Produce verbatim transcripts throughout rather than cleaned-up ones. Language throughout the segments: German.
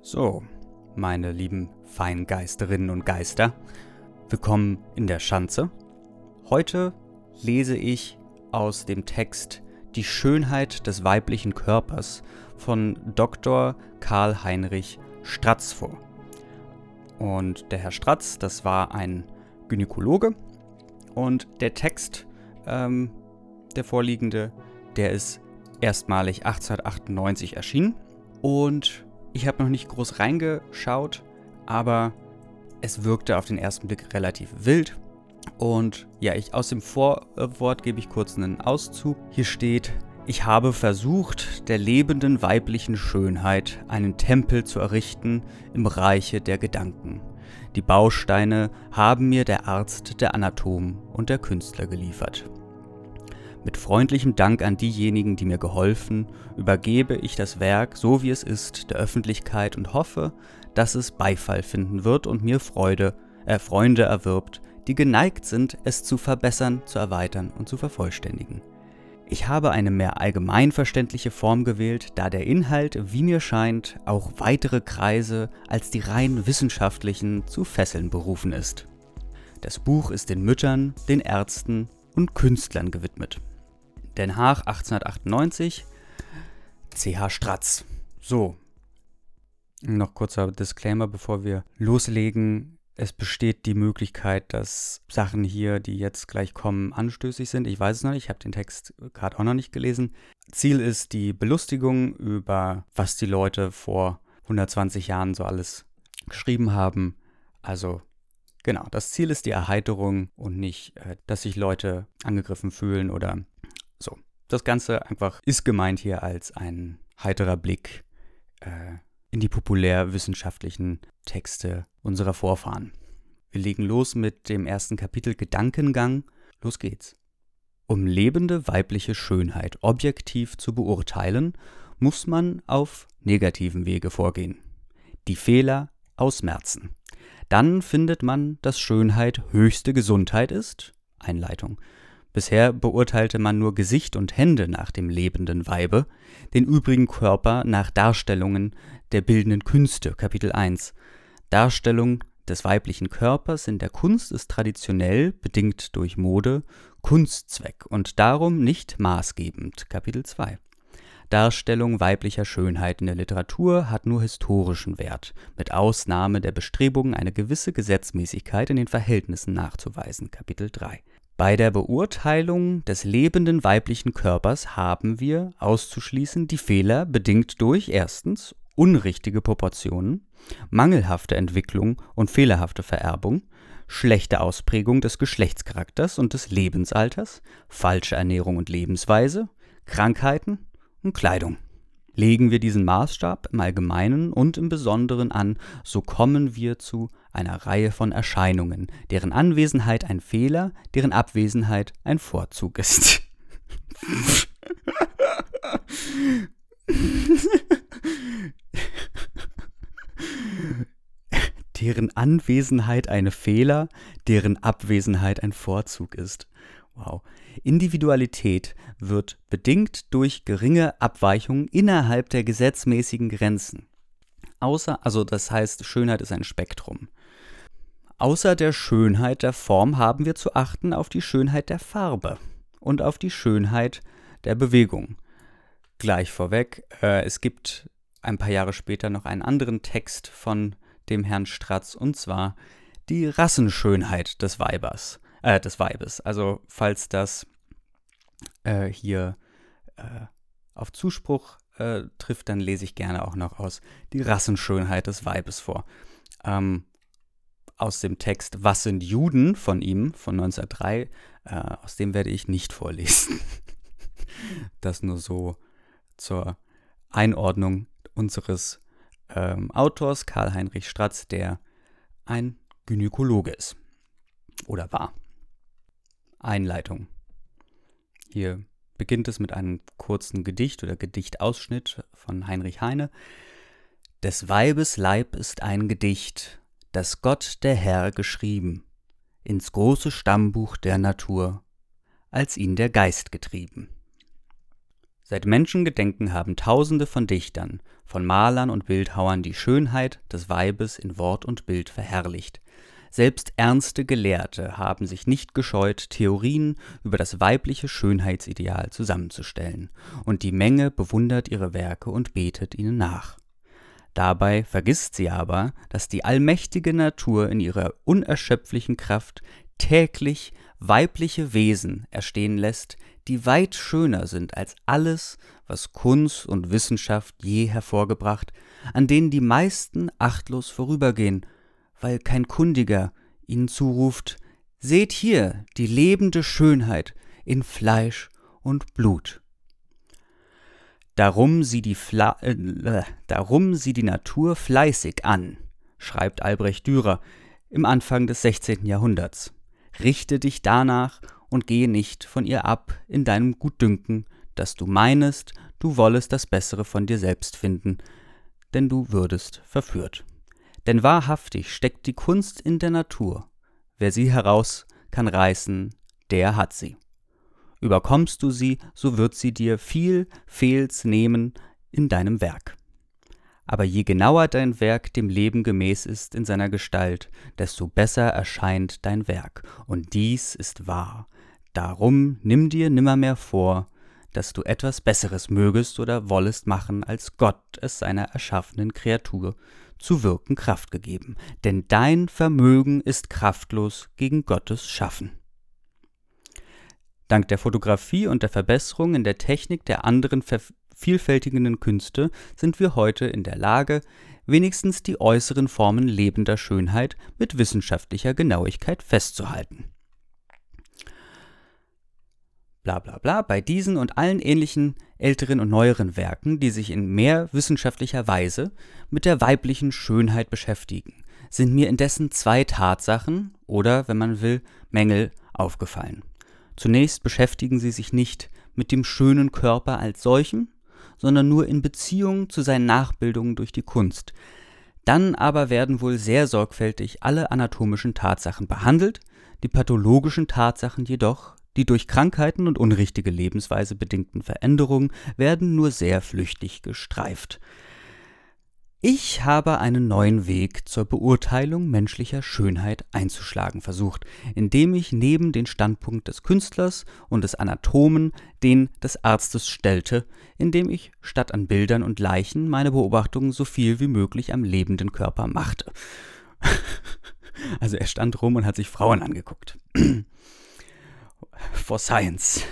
So, meine lieben Feingeisterinnen und Geister, willkommen in der Schanze. Heute lese ich aus dem Text Die Schönheit des weiblichen Körpers von Doktor Karl-Heinrich Stratz vor. Und der Herr Stratz, das war ein Gynäkologe, und der Text, ähm, der vorliegende, der ist erstmalig achtzehnhundertachtundneunzig erschienen. Und ich habe noch nicht groß reingeschaut, aber es wirkte auf den ersten Blick relativ wild. Und ja, ich aus dem Vorwort gebe ich kurz einen Auszug. Hier steht: Ich habe versucht, der lebenden weiblichen Schönheit einen Tempel zu errichten im Reiche der Gedanken. Die Bausteine haben mir der Arzt, der Anatom und der Künstler geliefert. Mit freundlichem Dank an diejenigen, die mir geholfen, übergebe ich das Werk, so wie es ist, der Öffentlichkeit und hoffe, dass es Beifall finden wird und mir Freude, äh, Freunde erwirbt, die geneigt sind, es zu verbessern, zu erweitern und zu vervollständigen. Ich habe eine mehr allgemeinverständliche Form gewählt, da der Inhalt, wie mir scheint, auch weitere Kreise als die rein wissenschaftlichen zu fesseln berufen ist. Das Buch ist den Müttern, den Ärzten und Künstlern gewidmet. Den Haag achtzehnhundertachtundneunzig, C H Stratz. So, noch kurzer Disclaimer, bevor wir loslegen. Es besteht die Möglichkeit, dass Sachen hier, die jetzt gleich kommen, anstößig sind. Ich weiß es noch nicht, ich habe den Text gerade auch noch nicht gelesen. Ziel ist die Belustigung über, was die Leute vor hundertzwanzig Jahren so alles geschrieben haben. Also genau, das Ziel ist die Erheiterung und nicht, dass sich Leute angegriffen fühlen oder so. Das Ganze einfach ist gemeint hier als ein heiterer Blick äh, in die populärwissenschaftlichen Texte unserer Vorfahren. Wir legen los mit dem ersten Kapitel Gedankengang. Los geht's. Um lebende weibliche Schönheit objektiv zu beurteilen, muss man auf negativem Wege vorgehen. Die Fehler ausmerzen. Dann findet man, dass Schönheit höchste Gesundheit ist. Einleitung. Bisher beurteilte man nur Gesicht und Hände nach dem lebenden Weibe, den übrigen Körper nach Darstellungen der bildenden Künste. Kapitel eins. Darstellung des weiblichen Körpers in der Kunst ist traditionell, bedingt durch Mode, Kunstzweck und darum nicht maßgebend. Kapitel zwei. Darstellung weiblicher Schönheit in der Literatur hat nur historischen Wert, mit Ausnahme der Bestrebungen, eine gewisse Gesetzmäßigkeit in den Verhältnissen nachzuweisen. Kapitel drei. Bei der Beurteilung des lebenden weiblichen Körpers haben wir auszuschließen die Fehler, bedingt durch erstens unrichtige Proportionen, mangelhafte Entwicklung und fehlerhafte Vererbung, schlechte Ausprägung des Geschlechtscharakters und des Lebensalters, falsche Ernährung und Lebensweise, Krankheiten und Kleidung. Legen wir diesen Maßstab im Allgemeinen und im Besonderen an, so kommen wir zu einer Reihe von Erscheinungen, deren Anwesenheit ein Fehler, deren Abwesenheit ein Vorzug ist. Deren Anwesenheit ein Fehler, deren Abwesenheit ein Vorzug ist. Wow. Individualität wird bedingt durch geringe Abweichungen innerhalb der gesetzmäßigen Grenzen. Außer, also das heißt, Schönheit ist ein Spektrum. Außer der Schönheit der Form haben wir zu achten auf die Schönheit der Farbe und auf die Schönheit der Bewegung. Gleich vorweg, äh, es gibt ein paar Jahre später noch einen anderen Text von dem Herrn Stratz, und zwar die Rassenschönheit des Weibers. Äh, des Weibes. Also falls das äh, hier äh, auf Zuspruch äh, trifft, dann lese ich gerne auch noch aus die Rassenschönheit des Weibes vor. Ähm, aus dem Text Was sind Juden von ihm, von neunzehnhundertdrei, äh, aus dem werde ich nicht vorlesen. Das nur so zur Einordnung unseres ähm, Autors Karl-Heinrich Stratz, der ein Gynäkologe ist oder war. Einleitung. Hier beginnt es mit einem kurzen Gedicht oder Gedichtausschnitt von Heinrich Heine. Des Weibes Leib ist ein Gedicht, das Gott der Herr geschrieben, ins große Stammbuch der Natur, als ihn der Geist getrieben. Seit Menschengedenken haben Tausende von Dichtern, von Malern und Bildhauern die Schönheit des Weibes in Wort und Bild verherrlicht. Selbst ernste Gelehrte haben sich nicht gescheut, Theorien über das weibliche Schönheitsideal zusammenzustellen, und die Menge bewundert ihre Werke und betet ihnen nach. Dabei vergisst sie aber, dass die allmächtige Natur in ihrer unerschöpflichen Kraft täglich weibliche Wesen erstehen lässt, die weit schöner sind als alles, was Kunst und Wissenschaft je hervorgebracht, an denen die meisten achtlos vorübergehen, weil kein Kundiger ihnen zuruft: Seht hier die lebende Schönheit in Fleisch und Blut. Darum sieh die, Fla äh, darum sieh die Natur fleißig an, schreibt Albrecht Dürer im Anfang des sechzehnten Jahrhunderts. Richte dich danach und gehe nicht von ihr ab in deinem Gutdünken, dass du meinest, du wollest das Bessere von dir selbst finden, denn du würdest verführt. Denn wahrhaftig steckt die Kunst in der Natur. Wer sie heraus kann reißen, der hat sie. Überkommst du sie, so wird sie dir viel Fehls nehmen in deinem Werk. Aber je genauer dein Werk dem Leben gemäß ist in seiner Gestalt, desto besser erscheint dein Werk. Und dies ist wahr. Darum nimm dir nimmermehr vor, dass du etwas Besseres mögest oder wollest machen, als Gott es seiner erschaffenen Kreatur zu wirken Kraft gegeben. Denn dein Vermögen ist kraftlos gegen Gottes Schaffen. Dank der Fotografie und der Verbesserung in der Technik der anderen vervielfältigenden Künste sind wir heute in der Lage, wenigstens die äußeren Formen lebender Schönheit mit wissenschaftlicher Genauigkeit festzuhalten. Bla bla bla, bei diesen und allen ähnlichen älteren und neueren Werken, die sich in mehr wissenschaftlicher Weise mit der weiblichen Schönheit beschäftigen, sind mir indessen zwei Tatsachen oder, wenn man will, Mängel aufgefallen. Zunächst beschäftigen sie sich nicht mit dem schönen Körper als solchen, sondern nur in Beziehung zu seinen Nachbildungen durch die Kunst. Dann aber werden wohl sehr sorgfältig alle anatomischen Tatsachen behandelt, die pathologischen Tatsachen jedoch, die durch Krankheiten und unrichtige Lebensweise bedingten Veränderungen, werden nur sehr flüchtig gestreift. Ich habe einen neuen Weg zur Beurteilung menschlicher Schönheit einzuschlagen versucht, indem ich neben den Standpunkt des Künstlers und des Anatomen den des Arztes stellte, indem ich statt an Bildern und Leichen meine Beobachtungen so viel wie möglich am lebenden Körper machte. Also er stand rum und hat sich Frauen angeguckt. For Science.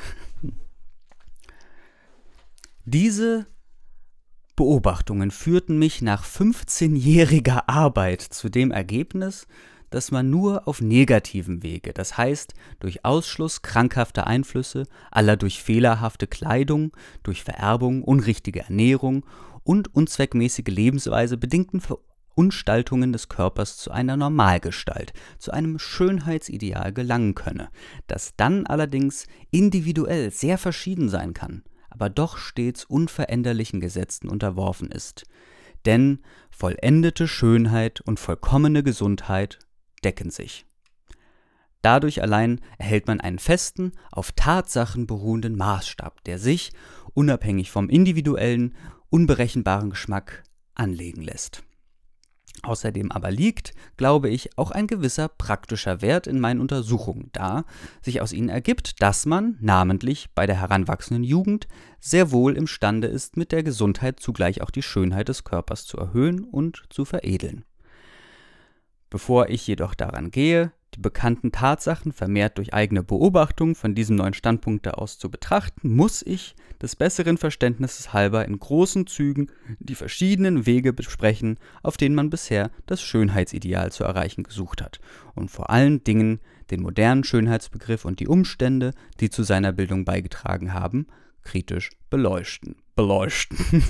Diese Beobachtungen führten mich nach fünfzehnjähriger Arbeit zu dem Ergebnis, dass man nur auf negativem Wege, das heißt durch Ausschluss krankhafter Einflüsse, aller durch fehlerhafte Kleidung, durch Vererbung, unrichtige Ernährung und unzweckmäßige Lebensweise bedingten Verunstaltungen des Körpers zu einer Normalgestalt, zu einem Schönheitsideal gelangen könne, das dann allerdings individuell sehr verschieden sein kann, aber doch stets unveränderlichen Gesetzen unterworfen ist. Denn vollendete Schönheit und vollkommene Gesundheit decken sich. Dadurch allein erhält man einen festen, auf Tatsachen beruhenden Maßstab, der sich, unabhängig vom individuellen, unberechenbaren Geschmack, anlegen lässt. Außerdem aber liegt, glaube ich, auch ein gewisser praktischer Wert in meinen Untersuchungen, da sich aus ihnen ergibt, dass man, namentlich bei der heranwachsenden Jugend, sehr wohl imstande ist, mit der Gesundheit zugleich auch die Schönheit des Körpers zu erhöhen und zu veredeln. Bevor ich jedoch daran gehe, die bekannten Tatsachen vermehrt durch eigene Beobachtung von diesem neuen Standpunkt aus zu betrachten, muss ich des besseren Verständnisses halber in großen Zügen die verschiedenen Wege besprechen, auf denen man bisher das Schönheitsideal zu erreichen gesucht hat und vor allen Dingen den modernen Schönheitsbegriff und die Umstände, die zu seiner Bildung beigetragen haben, kritisch beleuchten. Beleuchten.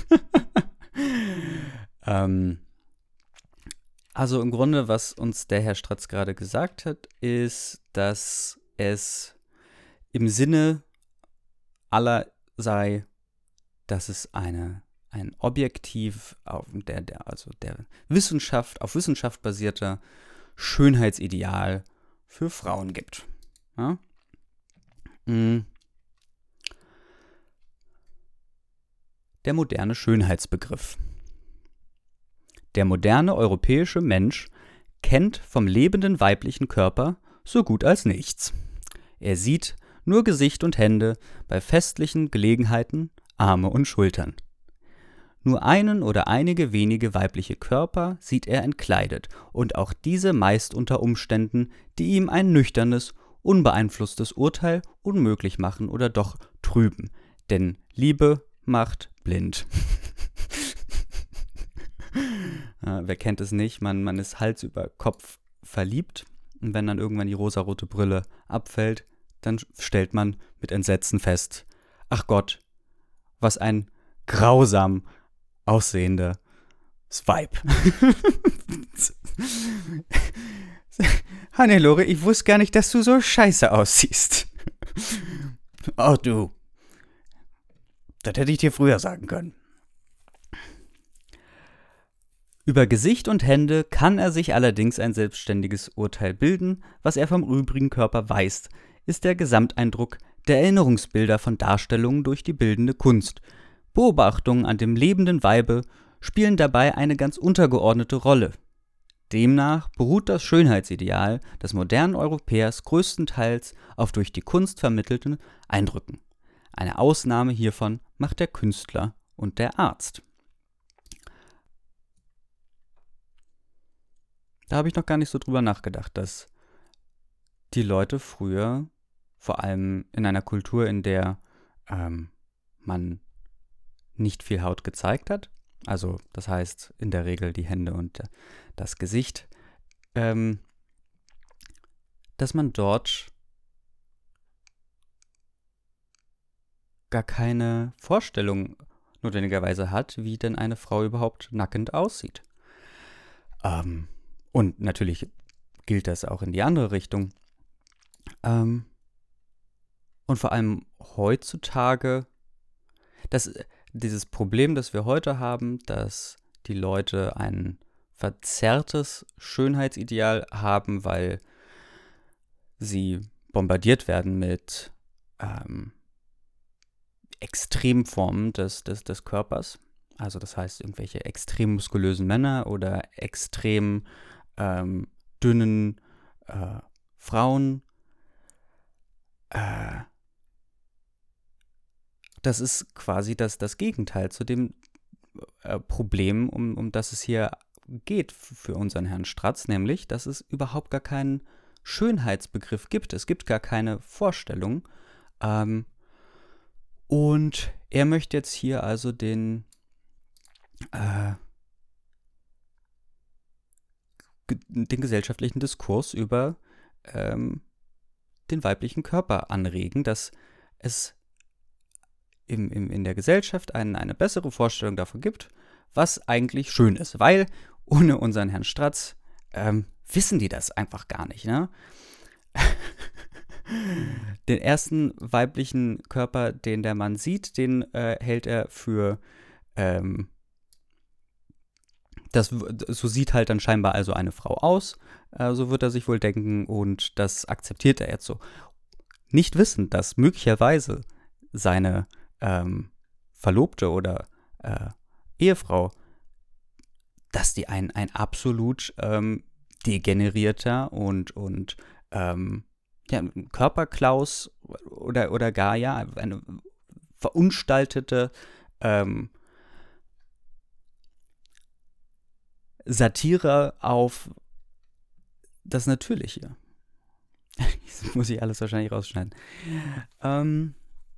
ähm... Also im Grunde, was uns der Herr Stratz gerade gesagt hat, ist, dass es im Sinne aller sei, dass es eine, ein objektiv, auf der, der, also der Wissenschaft, auf Wissenschaft basierter Schönheitsideal für Frauen gibt. Ja? Mhm. der moderne Schönheitsbegriff. Der moderne europäische Mensch kennt vom lebenden weiblichen Körper so gut als nichts. Er sieht nur Gesicht und Hände, bei festlichen Gelegenheiten Arme und Schultern. Nur einen oder einige wenige weibliche Körper sieht er entkleidet und auch diese meist unter Umständen, die ihm ein nüchternes, unbeeinflusstes Urteil unmöglich machen oder doch trüben. Denn Liebe macht blind. Ja, wer kennt es nicht? Man, man ist Hals über Kopf verliebt und wenn dann irgendwann die rosarote Brille abfällt, dann stellt man mit Entsetzen fest, ach Gott, was ein grausam aussehender Vibe. Hannelore, ich wusste gar nicht, dass du so scheiße aussiehst. Oh du, das hätte ich dir früher sagen können. Über Gesicht und Hände kann er sich allerdings ein selbstständiges Urteil bilden. Was er vom übrigen Körper weiß, ist der Gesamteindruck der Erinnerungsbilder von Darstellungen durch die bildende Kunst. Beobachtungen an dem lebenden Weibe spielen dabei eine ganz untergeordnete Rolle. Demnach beruht das Schönheitsideal des modernen Europäers größtenteils auf durch die Kunst vermittelten Eindrücken. Eine Ausnahme hiervon macht der Künstler und der Arzt. Da habe ich noch gar nicht so drüber nachgedacht, dass die Leute früher, vor allem in einer Kultur, in der ähm, man nicht viel Haut gezeigt hat, also das heißt in der Regel die Hände und das Gesicht, ähm, dass man dort gar keine Vorstellung notwendigerweise hat, wie denn eine Frau überhaupt nackend aussieht. Ähm, und natürlich gilt das auch in die andere Richtung. Ähm, und vor allem heutzutage, das, dieses Problem, das wir heute haben, dass die Leute ein verzerrtes Schönheitsideal haben, weil sie bombardiert werden mit ähm, Extremformen des, des, des Körpers. Also das heißt, irgendwelche extrem muskulösen Männer oder extrem ähm, dünnen äh, Frauen. Äh, das ist quasi das, das Gegenteil zu dem äh, Problem, um, um das es hier geht für unseren Herrn Stratz, nämlich, dass es überhaupt gar keinen Schönheitsbegriff gibt. Es gibt gar keine Vorstellung. Ähm, und er möchte jetzt hier also den äh, den gesellschaftlichen Diskurs über ähm, den weiblichen Körper anregen, dass es im, im, in der Gesellschaft ein, eine bessere Vorstellung davon gibt, was eigentlich schön ist. Weil ohne unseren Herrn Stratz ähm, wissen die das einfach gar nicht. Ne? Den ersten weiblichen Körper, den der Mann sieht, den äh, hält er für ähm, Das, so sieht halt dann scheinbar also eine Frau aus, äh, so wird er sich wohl denken und das akzeptiert er jetzt so. Nicht wissend, dass möglicherweise seine ähm, Verlobte oder äh, Ehefrau, dass die ein, ein absolut ähm, degenerierter und, und ähm, ja, Körperklaus oder, oder gar ja eine verunstaltete ähm, Satire auf das Natürliche. Das muss ich alles wahrscheinlich rausschneiden. Ähm,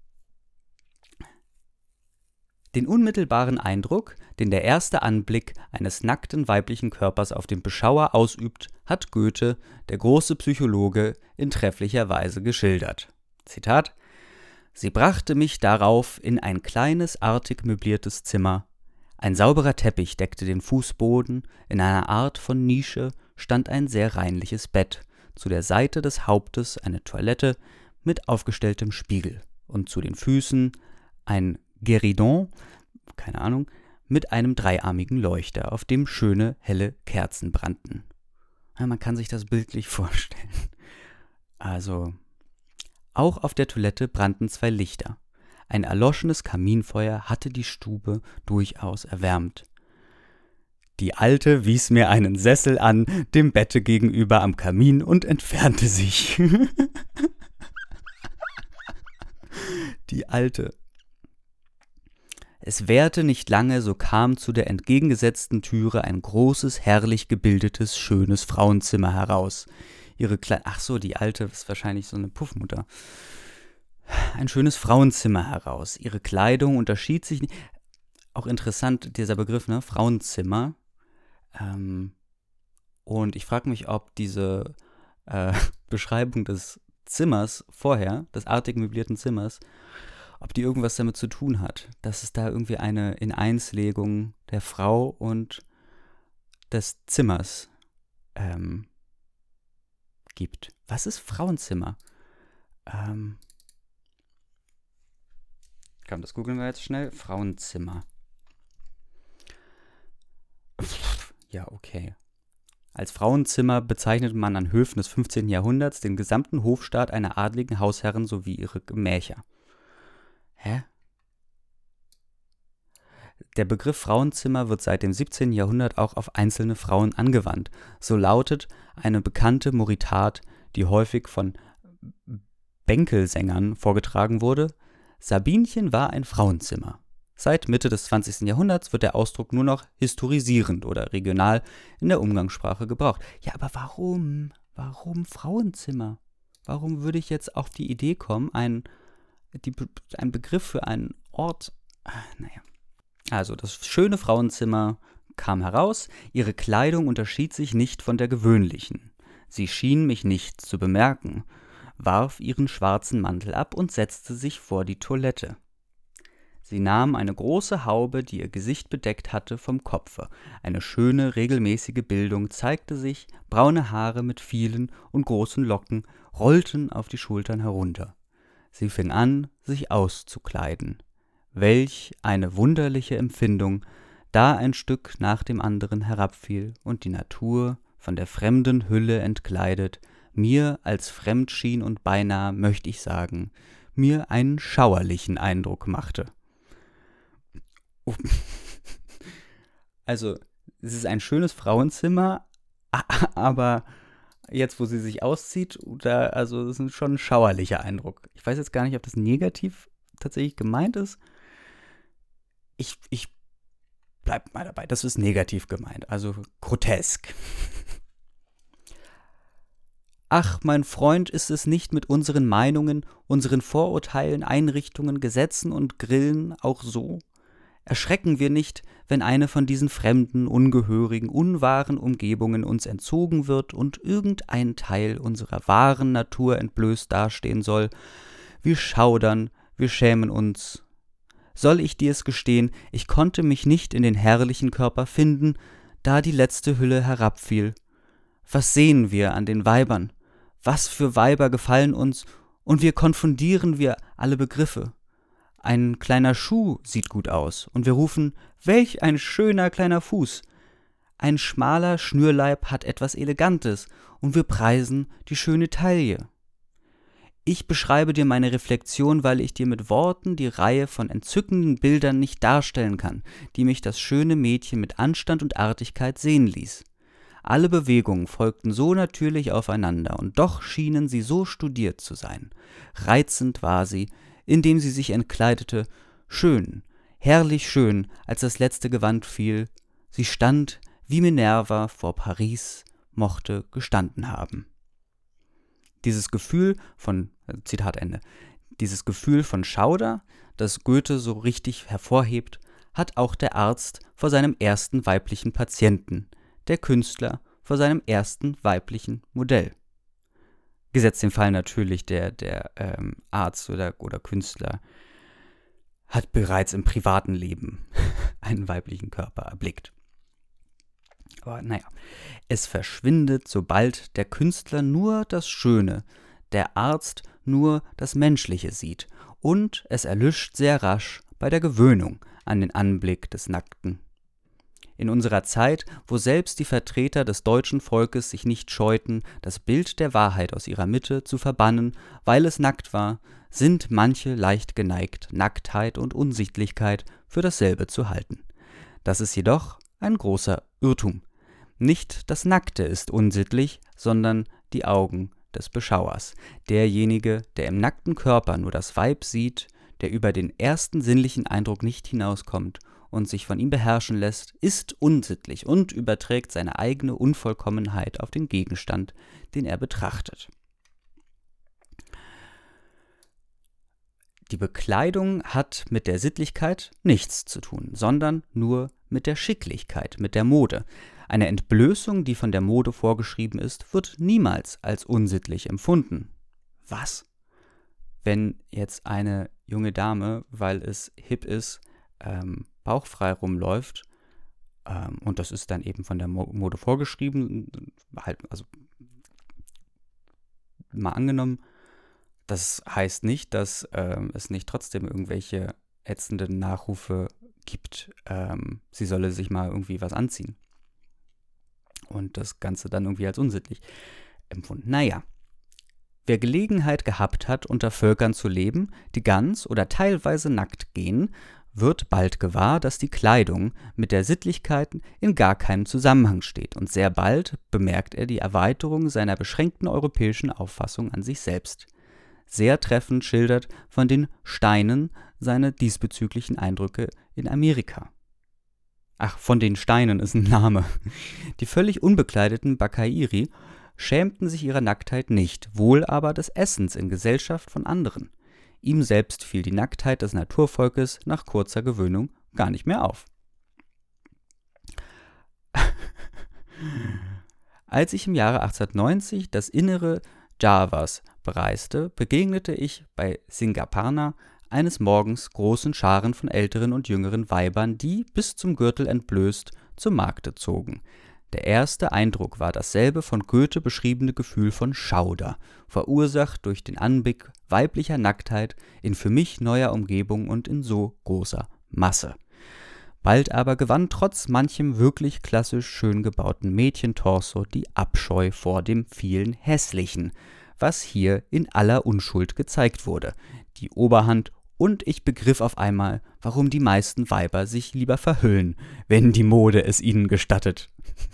den unmittelbaren Eindruck, den der erste Anblick eines nackten weiblichen Körpers auf den Beschauer ausübt, hat Goethe, der große Psychologe, in trefflicher Weise geschildert. Zitat: Sie brachte mich darauf in ein kleines, artig möbliertes Zimmer. Ein sauberer Teppich deckte den Fußboden, in einer Art von Nische stand ein sehr reinliches Bett, zu der Seite des Hauptes eine Toilette mit aufgestelltem Spiegel und zu den Füßen ein Guéridon, keine Ahnung, mit einem dreiarmigen Leuchter, auf dem schöne, helle Kerzen brannten. Ja, man kann sich das bildlich vorstellen. Also, auch auf der Toilette brannten zwei Lichter. Ein erloschenes Kaminfeuer hatte die Stube durchaus erwärmt. Die Alte wies mir einen Sessel an, dem Bette gegenüber am Kamin und entfernte sich. Die Alte. Es währte nicht lange, so kam zu der entgegengesetzten Türe ein großes, herrlich gebildetes, schönes Frauenzimmer heraus. Ihre Kle- Ach so, die Alte ist wahrscheinlich so eine Puffmutter. Ein schönes Frauenzimmer heraus. Ihre Kleidung unterschied sich nicht. Auch interessant, dieser Begriff, ne? Frauenzimmer. Ähm, und ich frage mich, ob diese äh, Beschreibung des Zimmers vorher, des artig möblierten Zimmers, ob die irgendwas damit zu tun hat, dass es da irgendwie eine Ineinslegung der Frau und des Zimmers ähm, gibt. Was ist Frauenzimmer? Ähm, komm, das googeln wir jetzt schnell. Frauenzimmer. Ja, okay. Als Frauenzimmer bezeichnet man an Höfen des fünfzehnten Jahrhunderts den gesamten Hofstaat einer adligen Hausherren sowie ihre Gemächer. Hä? Der Begriff Frauenzimmer wird seit dem siebzehnten Jahrhundert auch auf einzelne Frauen angewandt. So lautet eine bekannte Moritat, die häufig von Bänkelsängern vorgetragen wurde: Sabinchen war ein Frauenzimmer. Seit Mitte des zwanzigsten Jahrhunderts wird der Ausdruck nur noch historisierend oder regional in der Umgangssprache gebraucht. Ja, aber warum? Warum Frauenzimmer? Warum würde ich jetzt auf die Idee kommen, ein, die, ein Begriff für einen Ort, naja. Also, das schöne Frauenzimmer kam heraus, ihre Kleidung unterschied sich nicht von der gewöhnlichen. Sie schien mich nicht zu bemerken, warf ihren schwarzen Mantel ab und setzte sich vor die Toilette. Sie nahm eine große Haube, die ihr Gesicht bedeckt hatte, vom Kopfe. Eine schöne, regelmäßige Bildung zeigte sich, braune Haare mit vielen und großen Locken rollten auf die Schultern herunter. Sie fing an, sich auszukleiden. Welch eine wunderliche Empfindung, da ein Stück nach dem anderen herabfiel und die Natur, von der fremden Hülle entkleidet, mir als fremd schien und beinahe, möchte ich sagen, mir einen schauerlichen Eindruck machte. Also, es ist ein schönes Frauenzimmer, aber jetzt, wo sie sich auszieht, da, also das ist schon ein schauerlicher Eindruck. Ich weiß jetzt gar nicht, ob das negativ tatsächlich gemeint ist. Ich, ich bleib mal dabei, das ist negativ gemeint, also grotesk. Ach, mein Freund, ist es nicht mit unseren Meinungen, unseren Vorurteilen, Einrichtungen, Gesetzen und Grillen auch so? Erschrecken wir nicht, wenn eine von diesen fremden, ungehörigen, unwahren Umgebungen uns entzogen wird und irgendein Teil unserer wahren Natur entblößt dastehen soll? Wir schaudern, wir schämen uns. Soll ich dir's gestehen, ich konnte mich nicht in den herrlichen Körper finden, da die letzte Hülle herabfiel. Was sehen wir an den Weibern? Was für Weiber gefallen uns, und wir konfundieren wir alle Begriffe. Ein kleiner Schuh sieht gut aus, und wir rufen, welch ein schöner kleiner Fuß. Ein schmaler Schnürleib hat etwas Elegantes, und wir preisen die schöne Taille. Ich beschreibe dir meine Reflexion, weil ich dir mit Worten die Reihe von entzückenden Bildern nicht darstellen kann, die mich das schöne Mädchen mit Anstand und Artigkeit sehen ließ. Alle Bewegungen folgten so natürlich aufeinander, und doch schienen sie so studiert zu sein. Reizend war sie, indem sie sich entkleidete, schön, herrlich schön, als das letzte Gewand fiel. Sie stand, wie Minerva vor Paris mochte gestanden haben. Dieses Gefühl von, Zitat Ende, dieses Gefühl von Schauder, das Goethe so richtig hervorhebt, hat auch der Arzt vor seinem ersten weiblichen Patienten, der Künstler vor seinem ersten weiblichen Modell. Gesetzt den Fall natürlich, der, der ähm, Arzt oder, oder Künstler hat bereits im privaten Leben einen weiblichen Körper erblickt. Aber naja, es verschwindet, sobald der Künstler nur das Schöne, der Arzt nur das Menschliche sieht, und es erlischt sehr rasch bei der Gewöhnung an den Anblick des Nackten. In unserer Zeit, wo selbst die Vertreter des deutschen Volkes sich nicht scheuten, das Bild der Wahrheit aus ihrer Mitte zu verbannen, weil es nackt war, sind manche leicht geneigt, Nacktheit und Unsichtlichkeit für dasselbe zu halten. Das ist jedoch ein großer Irrtum. Nicht das Nackte ist unsittlich, sondern die Augen des Beschauers. Derjenige, der im nackten Körper nur das Weib sieht, der über den ersten sinnlichen Eindruck nicht hinauskommt und sich von ihm beherrschen lässt, ist unsittlich und überträgt seine eigene Unvollkommenheit auf den Gegenstand, den er betrachtet. Die Bekleidung hat mit der Sittlichkeit nichts zu tun, sondern nur mit der Schicklichkeit, mit der Mode. Eine Entblößung, die von der Mode vorgeschrieben ist, wird niemals als unsittlich empfunden. Was? Wenn jetzt eine junge Dame, weil es hip ist, ähm, bauchfrei rumläuft, ähm, und das ist dann eben von der Mo- Mode vorgeschrieben, halt, also mal angenommen, das heißt nicht, dass ähm, es nicht trotzdem irgendwelche ätzenden Nachrufe gibt, ähm, sie solle sich mal irgendwie was anziehen. Und das Ganze dann irgendwie als unsittlich empfunden. Naja, wer Gelegenheit gehabt hat, unter Völkern zu leben, die ganz oder teilweise nackt gehen, wird bald gewahr, dass die Kleidung mit der Sittlichkeit in gar keinem Zusammenhang steht, und sehr bald bemerkt er die Erweiterung seiner beschränkten europäischen Auffassung an sich selbst. Sehr treffend schildert von den Steinen seine diesbezüglichen Eindrücke in Amerika. Ach, von den Steinen ist ein Name. Die völlig unbekleideten Bakairi schämten sich ihrer Nacktheit nicht, wohl aber des Essens in Gesellschaft von anderen. Ihm selbst fiel die Nacktheit des Naturvolkes nach kurzer Gewöhnung gar nicht mehr auf. Als ich im Jahre achtzehnhundertneunzig das Innere Javas bereiste, begegnete ich bei Singapurna eines Morgens großen Scharen von älteren und jüngeren Weibern, die, bis zum Gürtel entblößt, zum Markte zogen. Der erste Eindruck war dasselbe von Goethe beschriebene Gefühl von Schauder, verursacht durch den Anblick weiblicher Nacktheit in für mich neuer Umgebung und in so großer Masse. Bald aber gewann trotz manchem wirklich klassisch schön gebauten Mädchentorso die Abscheu vor dem vielen Hässlichen, was hier in aller Unschuld gezeigt wurde, die Oberhand, und ich begriff auf einmal, warum die meisten Weiber sich lieber verhüllen, wenn die Mode es ihnen gestattet.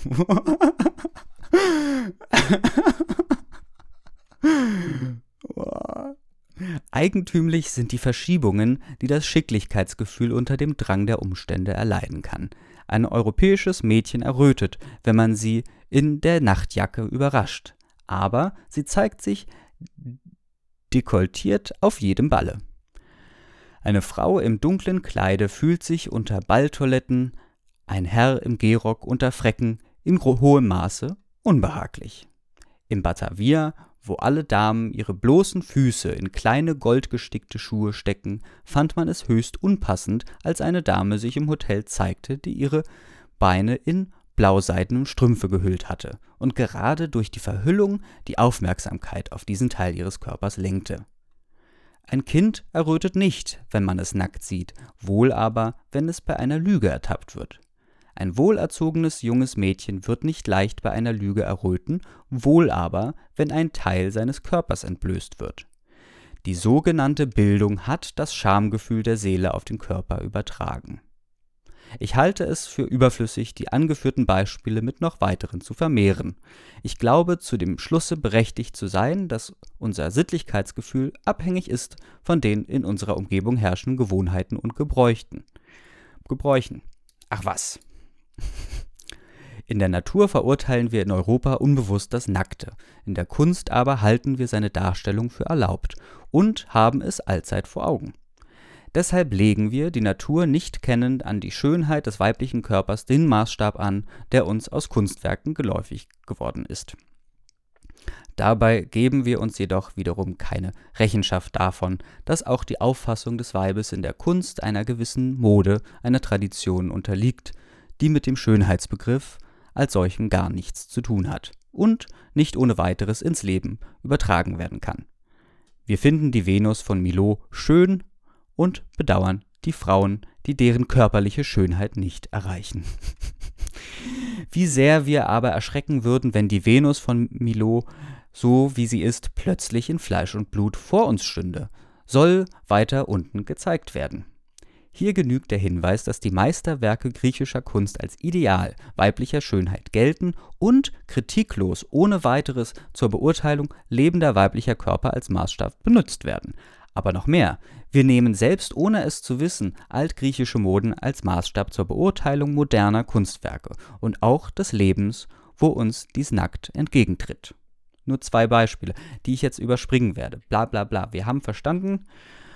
Eigentümlich sind die Verschiebungen, die das Schicklichkeitsgefühl unter dem Drang der Umstände erleiden kann. Ein europäisches Mädchen errötet, wenn man sie in der Nachtjacke überrascht, aber sie zeigt sich dekoltiert auf jedem Balle. Eine Frau im dunklen Kleide fühlt sich unter Balltoiletten, ein Herr im Gehrock unter Frecken in hohem Maße unbehaglich. Im Batavia, wo alle Damen ihre bloßen Füße in kleine goldgestickte Schuhe stecken, fand man es höchst unpassend, als eine Dame sich im Hotel zeigte, die ihre Beine in blauseidene Strümpfe gehüllt hatte und gerade durch die Verhüllung die Aufmerksamkeit auf diesen Teil ihres Körpers lenkte. Ein Kind errötet nicht, wenn man es nackt sieht, wohl aber, wenn es bei einer Lüge ertappt wird. Ein wohlerzogenes junges Mädchen wird nicht leicht bei einer Lüge erröten, wohl aber, wenn ein Teil seines Körpers entblößt wird. Die sogenannte Bildung hat das Schamgefühl der Seele auf den Körper übertragen. Ich halte es für überflüssig, die angeführten Beispiele mit noch weiteren zu vermehren. Ich glaube, zu dem Schlusse berechtigt zu sein, dass unser Sittlichkeitsgefühl abhängig ist von den in unserer Umgebung herrschenden Gewohnheiten und Gebräuchen. Gebräuchen. Ach was. In der Natur verurteilen wir in Europa unbewusst das Nackte, in der Kunst aber halten wir seine Darstellung für erlaubt und haben es allzeit vor Augen. Deshalb legen wir, die Natur nicht kennend, an die Schönheit des weiblichen Körpers den Maßstab an, der uns aus Kunstwerken geläufig geworden ist. Dabei geben wir uns jedoch wiederum keine Rechenschaft davon, dass auch die Auffassung des Weibes in der Kunst einer gewissen Mode, einer Tradition unterliegt, die mit dem Schönheitsbegriff als solchen gar nichts zu tun hat und nicht ohne weiteres ins Leben übertragen werden kann. Wir finden die Venus von Milo schön und bedauern die Frauen, die deren körperliche Schönheit nicht erreichen. Wie sehr wir aber erschrecken würden, wenn die Venus von Milo, so wie sie ist, plötzlich in Fleisch und Blut vor uns stünde, soll weiter unten gezeigt werden. Hier genügt der Hinweis, dass die Meisterwerke griechischer Kunst als Ideal weiblicher Schönheit gelten und kritiklos ohne weiteres zur Beurteilung lebender weiblicher Körper als Maßstab benutzt werden. Aber noch mehr, wir nehmen selbst ohne es zu wissen altgriechische Moden als Maßstab zur Beurteilung moderner Kunstwerke und auch des Lebens, wo uns dies nackt entgegentritt. Nur zwei Beispiele, die ich jetzt überspringen werde. Bla bla bla. Wir haben verstanden.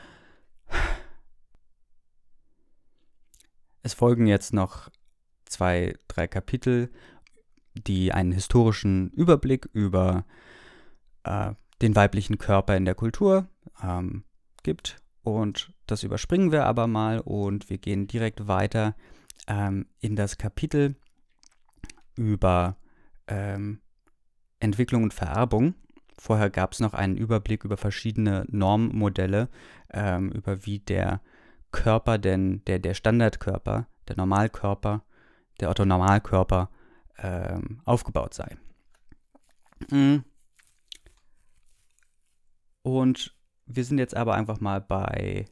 Es folgen jetzt noch zwei, drei Kapitel, die einen historischen Überblick über äh, den weiblichen Körper in der Kultur ähm, gibt. Und das überspringen wir aber mal und wir gehen direkt weiter ähm, in das Kapitel über ähm, Entwicklung und Vererbung. Vorher gab es noch einen Überblick über verschiedene Normmodelle, ähm, über wie der Körper, denn der, der Standardkörper, der Normalkörper, der Orthonormalkörper ähm, aufgebaut sei. Und wir sind jetzt aber einfach mal bei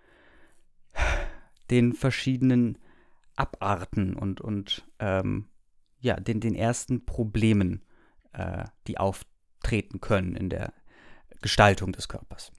den verschiedenen Abarten und, und ähm, ja, den, den ersten Problemen, äh, die auftreten können in der Gestaltung des Körpers.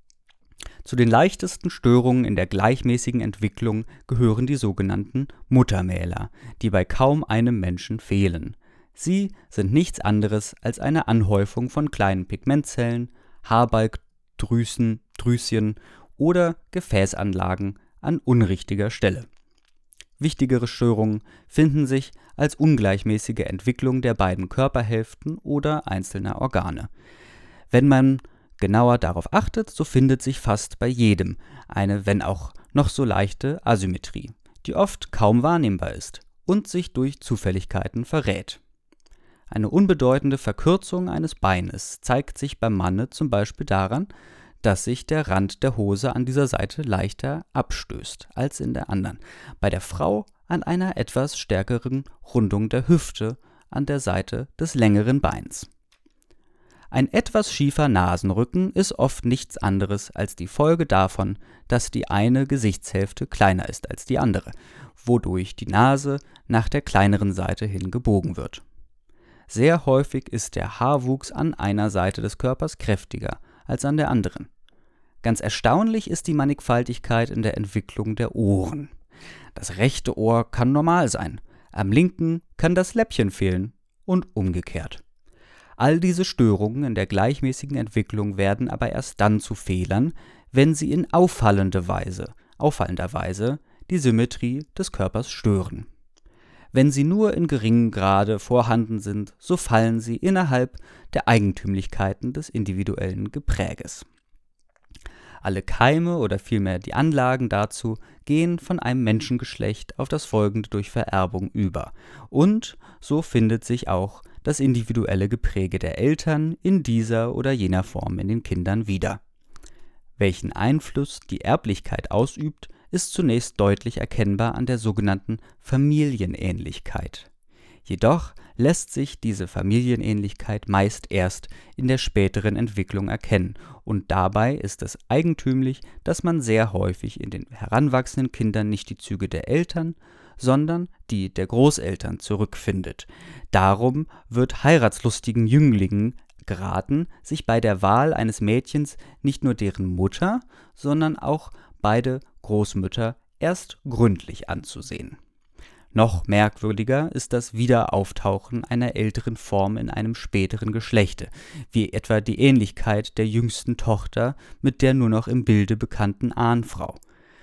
Zu den leichtesten Störungen in der gleichmäßigen Entwicklung gehören die sogenannten Muttermäler, die bei kaum einem Menschen fehlen. Sie sind nichts anderes als eine Anhäufung von kleinen Pigmentzellen, Haarbalgdrüsen, Drüschen oder Gefäßanlagen an unrichtiger Stelle. Wichtigere Störungen finden sich als ungleichmäßige Entwicklung der beiden Körperhälften oder einzelner Organe. Wenn man genauer darauf achtet, so findet sich fast bei jedem eine, wenn auch noch so leichte Asymmetrie, die oft kaum wahrnehmbar ist und sich durch Zufälligkeiten verrät. Eine unbedeutende Verkürzung eines Beines zeigt sich beim Manne zum Beispiel daran, dass sich der Rand der Hose an dieser Seite leichter abstößt als in der anderen, bei der Frau an einer etwas stärkeren Rundung der Hüfte an der Seite des längeren Beins. Ein etwas schiefer Nasenrücken ist oft nichts anderes als die Folge davon, dass die eine Gesichtshälfte kleiner ist als die andere, wodurch die Nase nach der kleineren Seite hin gebogen wird. Sehr häufig ist der Haarwuchs an einer Seite des Körpers kräftiger als an der anderen. Ganz erstaunlich ist die Mannigfaltigkeit in der Entwicklung der Ohren. Das rechte Ohr kann normal sein, am linken kann das Läppchen fehlen und umgekehrt. All diese Störungen in der gleichmäßigen Entwicklung werden aber erst dann zu Fehlern, wenn sie in auffallende Weise, auffallender Weise die Symmetrie des Körpers stören. Wenn sie nur in geringem Grade vorhanden sind, so fallen sie innerhalb der Eigentümlichkeiten des individuellen Gepräges. Alle Keime oder vielmehr die Anlagen dazu gehen von einem Menschengeschlecht auf das folgende durch Vererbung über, und so findet sich auch das individuelle Gepräge der Eltern in dieser oder jener Form in den Kindern wieder. Welchen Einfluss die Erblichkeit ausübt, ist zunächst deutlich erkennbar an der sogenannten Familienähnlichkeit. Jedoch lässt sich diese Familienähnlichkeit meist erst in der späteren Entwicklung erkennen, und dabei ist es eigentümlich, dass man sehr häufig in den heranwachsenden Kindern nicht die Züge der Eltern, sondern die der Großeltern zurückfindet. Darum wird heiratslustigen Jünglingen geraten, sich bei der Wahl eines Mädchens nicht nur deren Mutter, sondern auch beide Großmütter erst gründlich anzusehen. Noch merkwürdiger ist das Wiederauftauchen einer älteren Form in einem späteren Geschlechte, wie etwa die Ähnlichkeit der jüngsten Tochter mit der nur noch im Bilde bekannten Ahnfrau.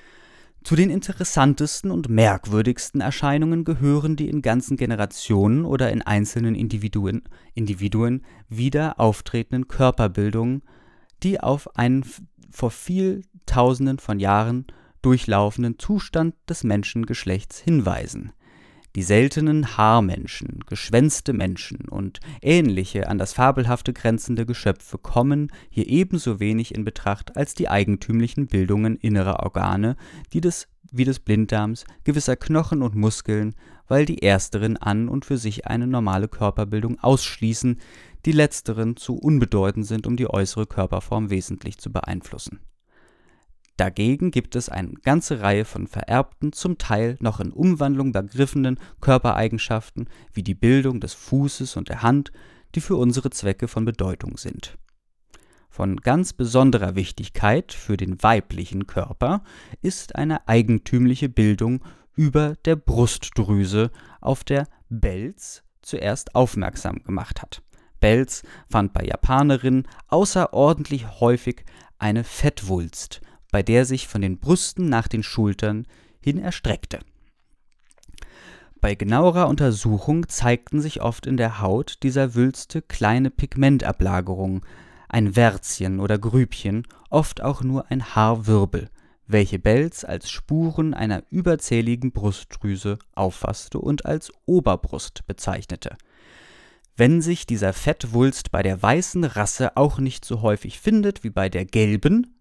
Zu den interessantesten und merkwürdigsten Erscheinungen gehören die in ganzen Generationen oder in einzelnen Individuen, Individuen wieder auftretenden Körperbildungen, die auf einen vor viel Tausenden von Jahren durchlaufenden Zustand des Menschengeschlechts hinweisen. Die seltenen Haarmenschen, geschwänzte Menschen und ähnliche an das Fabelhafte grenzende Geschöpfe kommen hier ebenso wenig in Betracht als die eigentümlichen Bildungen innerer Organe, die des, wie des Blinddarms, gewisser Knochen und Muskeln, weil die ersteren an und für sich eine normale Körperbildung ausschließen, die letzteren zu unbedeutend sind, um die äußere Körperform wesentlich zu beeinflussen. Dagegen gibt es eine ganze Reihe von vererbten, zum Teil noch in Umwandlung begriffenen Körpereigenschaften, wie die Bildung des Fußes und der Hand, die für unsere Zwecke von Bedeutung sind. Von ganz besonderer Wichtigkeit für den weiblichen Körper ist eine eigentümliche Bildung über der Brustdrüse, auf der Belz zuerst aufmerksam gemacht hat. Belz fand bei Japanerinnen außerordentlich häufig eine Fettwulst, bei der sich von den Brüsten nach den Schultern hin erstreckte. Bei genauerer Untersuchung zeigten sich oft in der Haut dieser Wülste kleine Pigmentablagerungen, ein Wärzchen oder Grübchen, oft auch nur ein Haarwirbel, welche Belz als Spuren einer überzähligen Brustdrüse auffasste und als Oberbrust bezeichnete. Wenn sich dieser Fettwulst bei der weißen Rasse auch nicht so häufig findet wie bei der gelben,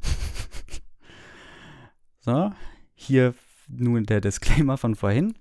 so, hier nun der Disclaimer von vorhin,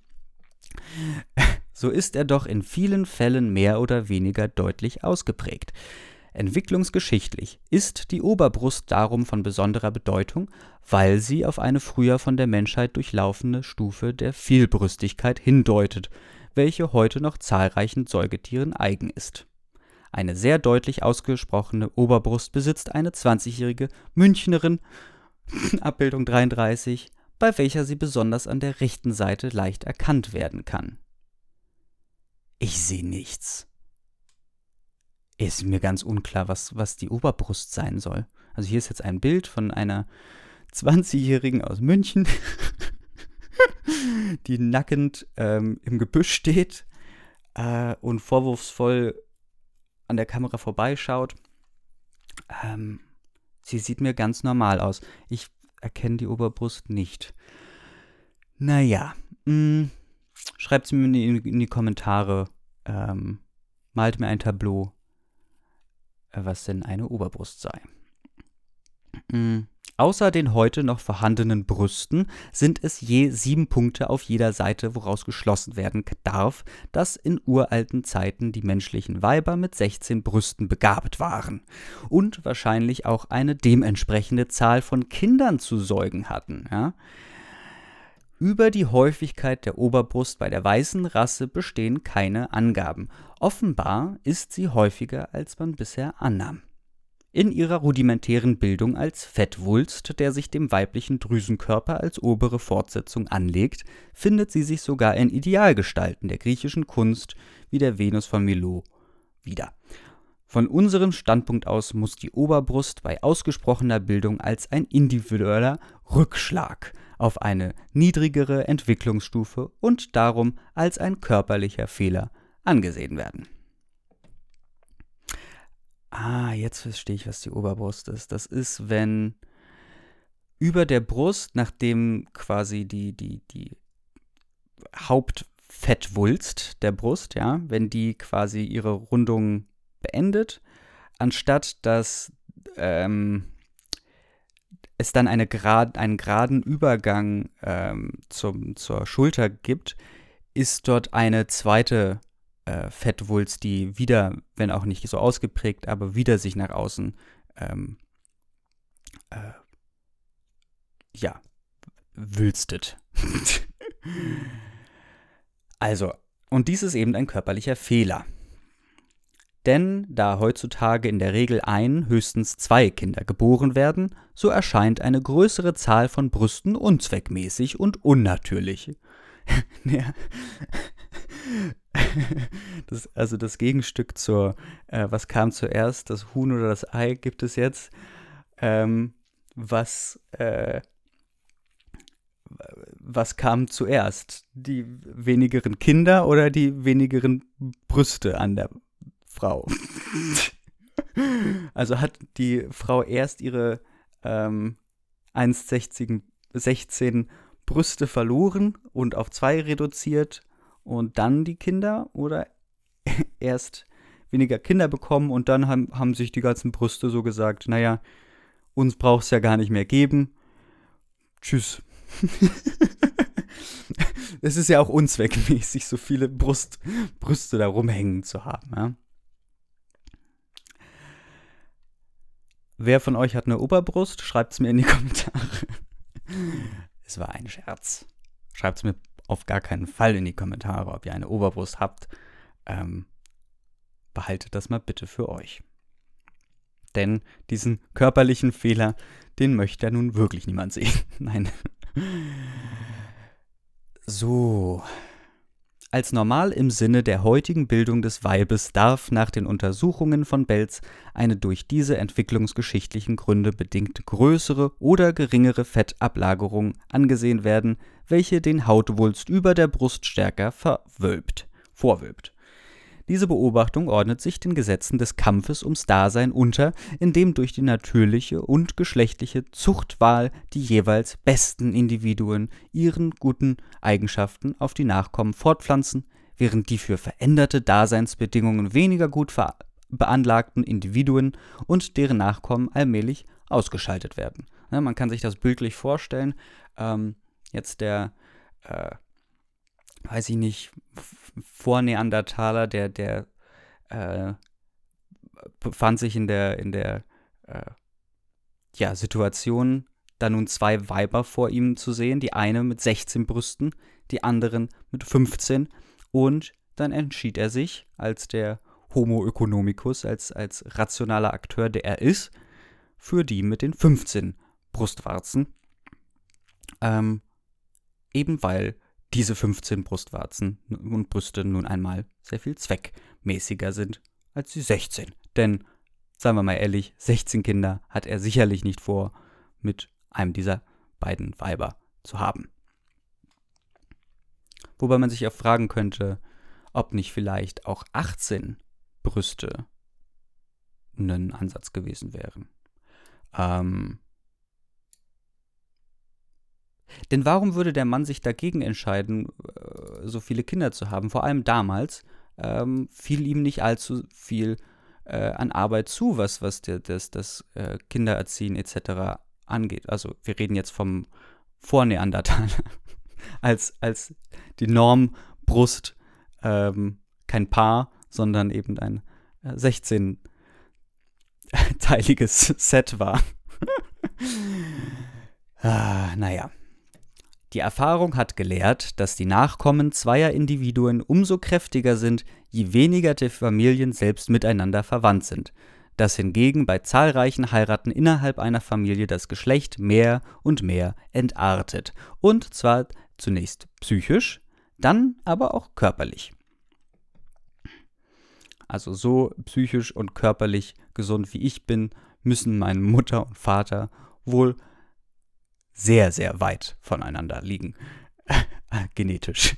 so ist er doch in vielen Fällen mehr oder weniger deutlich ausgeprägt. Entwicklungsgeschichtlich ist die Oberbrust darum von besonderer Bedeutung, weil sie auf eine früher von der Menschheit durchlaufene Stufe der Vielbrüstigkeit hindeutet, welche heute noch zahlreichen Säugetieren eigen ist. Eine sehr deutlich ausgesprochene Oberbrust besitzt eine zwanzigjährige Münchnerin, Abbildung dreiunddreißig, bei welcher sie besonders an der rechten Seite leicht erkannt werden kann. Ich sehe nichts. Ist mir ganz unklar, was, was die Oberbrust sein soll. Also hier ist jetzt ein Bild von einer zwanzigjährigen aus München, die nackend ähm, im Gebüsch steht äh, und vorwurfsvoll an der Kamera vorbeischaut. Ähm, sie sieht mir ganz normal aus. Ich erkenne die Oberbrust nicht. Naja, mh, schreibt es mir in die, in die Kommentare, ähm, malt mir ein Tableau, was denn eine Oberbrust sei. Mhm. Außer den heute noch vorhandenen Brüsten sind es je sieben Punkte auf jeder Seite, woraus geschlossen werden darf, dass in uralten Zeiten die menschlichen Weiber mit sechzehn Brüsten begabt waren und wahrscheinlich auch eine dementsprechende Zahl von Kindern zu säugen hatten. Ja? Über die Häufigkeit der Oberbrust bei der weißen Rasse bestehen keine Angaben. Offenbar ist sie häufiger, als man bisher annahm. In ihrer rudimentären Bildung als Fettwulst, der sich dem weiblichen Drüsenkörper als obere Fortsetzung anlegt, findet sie sich sogar in Idealgestalten der griechischen Kunst wie der Venus von Milo wieder. Von unserem Standpunkt aus muss die Oberbrust bei ausgesprochener Bildung als ein individueller Rückschlag auf eine niedrigere Entwicklungsstufe und darum als ein körperlicher Fehler angesehen werden. Ah, jetzt verstehe ich, was die Oberbrust ist. Das ist, wenn über der Brust, nachdem quasi die, die, die Hauptfettwulst der Brust, ja, wenn die quasi ihre Rundung beendet, anstatt dass ähm, es dann eine grad, einen geraden Übergang ähm, zum, zur Schulter gibt, ist dort eine zweite äh, Fettwulst, die wieder, wenn auch nicht so ausgeprägt, aber wieder sich nach außen ähm, äh, ja, wülstet. Also, und dies ist eben ein körperlicher Fehler. Denn da heutzutage in der Regel ein, höchstens zwei Kinder geboren werden, so erscheint eine größere Zahl von Brüsten unzweckmäßig und unnatürlich. Ja. Das, also das Gegenstück zur, äh, was kam zuerst, das Huhn oder das Ei, gibt es jetzt, ähm, was, äh, was kam zuerst? Die wenigeren Kinder oder die wenigeren Brüste an der Frau? Also hat die Frau erst ihre ähm, eins Komma sechzehn Brüste verloren und auf zwei reduziert und dann die Kinder oder erst weniger Kinder bekommen und dann haben, haben sich die ganzen Brüste so gesagt, naja, uns braucht es ja gar nicht mehr geben. Tschüss. Es ist ja auch unzweckmäßig, so viele Brust, Brüste da rumhängen zu haben. Ja? Wer von euch hat eine Oberbrust? Schreibt es mir in die Kommentare. Es war ein Scherz. Schreibt es mir auf gar keinen Fall in die Kommentare, ob ihr eine Oberbrust habt. Ähm, behaltet das mal bitte für euch. Denn diesen körperlichen Fehler, den möchte ja nun wirklich niemand sehen. Nein. So. Als normal im Sinne der heutigen Bildung des Weibes darf nach den Untersuchungen von Belz eine durch diese entwicklungsgeschichtlichen Gründe bedingte größere oder geringere Fettablagerung angesehen werden, welche den Hautwulst über der Brust stärker verwölbt, vorwölbt. Diese Beobachtung ordnet sich den Gesetzen des Kampfes ums Dasein unter, indem durch die natürliche und geschlechtliche Zuchtwahl die jeweils besten Individuen ihren guten Eigenschaften auf die Nachkommen fortpflanzen, während die für veränderte Daseinsbedingungen weniger gut beanlagten Individuen und deren Nachkommen allmählich ausgeschaltet werden. Ja, man kann sich das bildlich vorstellen. Ähm, jetzt der äh, weiß ich nicht, Vorneandertaler, der, der äh, befand sich in der, in der äh, ja, Situation, da nun zwei Weiber vor ihm zu sehen, die eine mit sechzehn Brüsten, die anderen mit fünfzehn, und dann entschied er sich, als der Homo economicus, als, als rationaler Akteur, der er ist, für die mit den fünfzehn Brustwarzen, ähm, eben weil diese fünfzehn Brustwarzen und Brüste nun einmal sehr viel zweckmäßiger sind als die sechzehn. Denn, seien wir mal ehrlich, sechzehn Kinder hat er sicherlich nicht vor, mit einem dieser beiden Weiber zu haben. Wobei man sich auch fragen könnte, ob nicht vielleicht auch achtzehn Brüste ein Ansatz gewesen wären. Ähm... Denn warum würde der Mann sich dagegen entscheiden, so viele Kinder zu haben? Vor allem damals ähm, fiel ihm nicht allzu viel äh, an Arbeit zu, was, was der, das, das äh, Kindererziehen et cetera angeht. Also wir reden jetzt vom Vorneandertaler als, als die Normbrust ähm, kein Paar, sondern eben ein äh, sechzehn-teiliges Set war. ah, naja. Die Erfahrung hat gelehrt, dass die Nachkommen zweier Individuen umso kräftiger sind, je weniger die Familien selbst miteinander verwandt sind, dass hingegen bei zahlreichen Heiraten innerhalb einer Familie das Geschlecht mehr und mehr entartet, und zwar zunächst psychisch, dann aber auch körperlich. Also so psychisch und körperlich gesund wie ich bin, müssen meine Mutter und Vater wohl sehr, sehr weit voneinander liegen. Genetisch.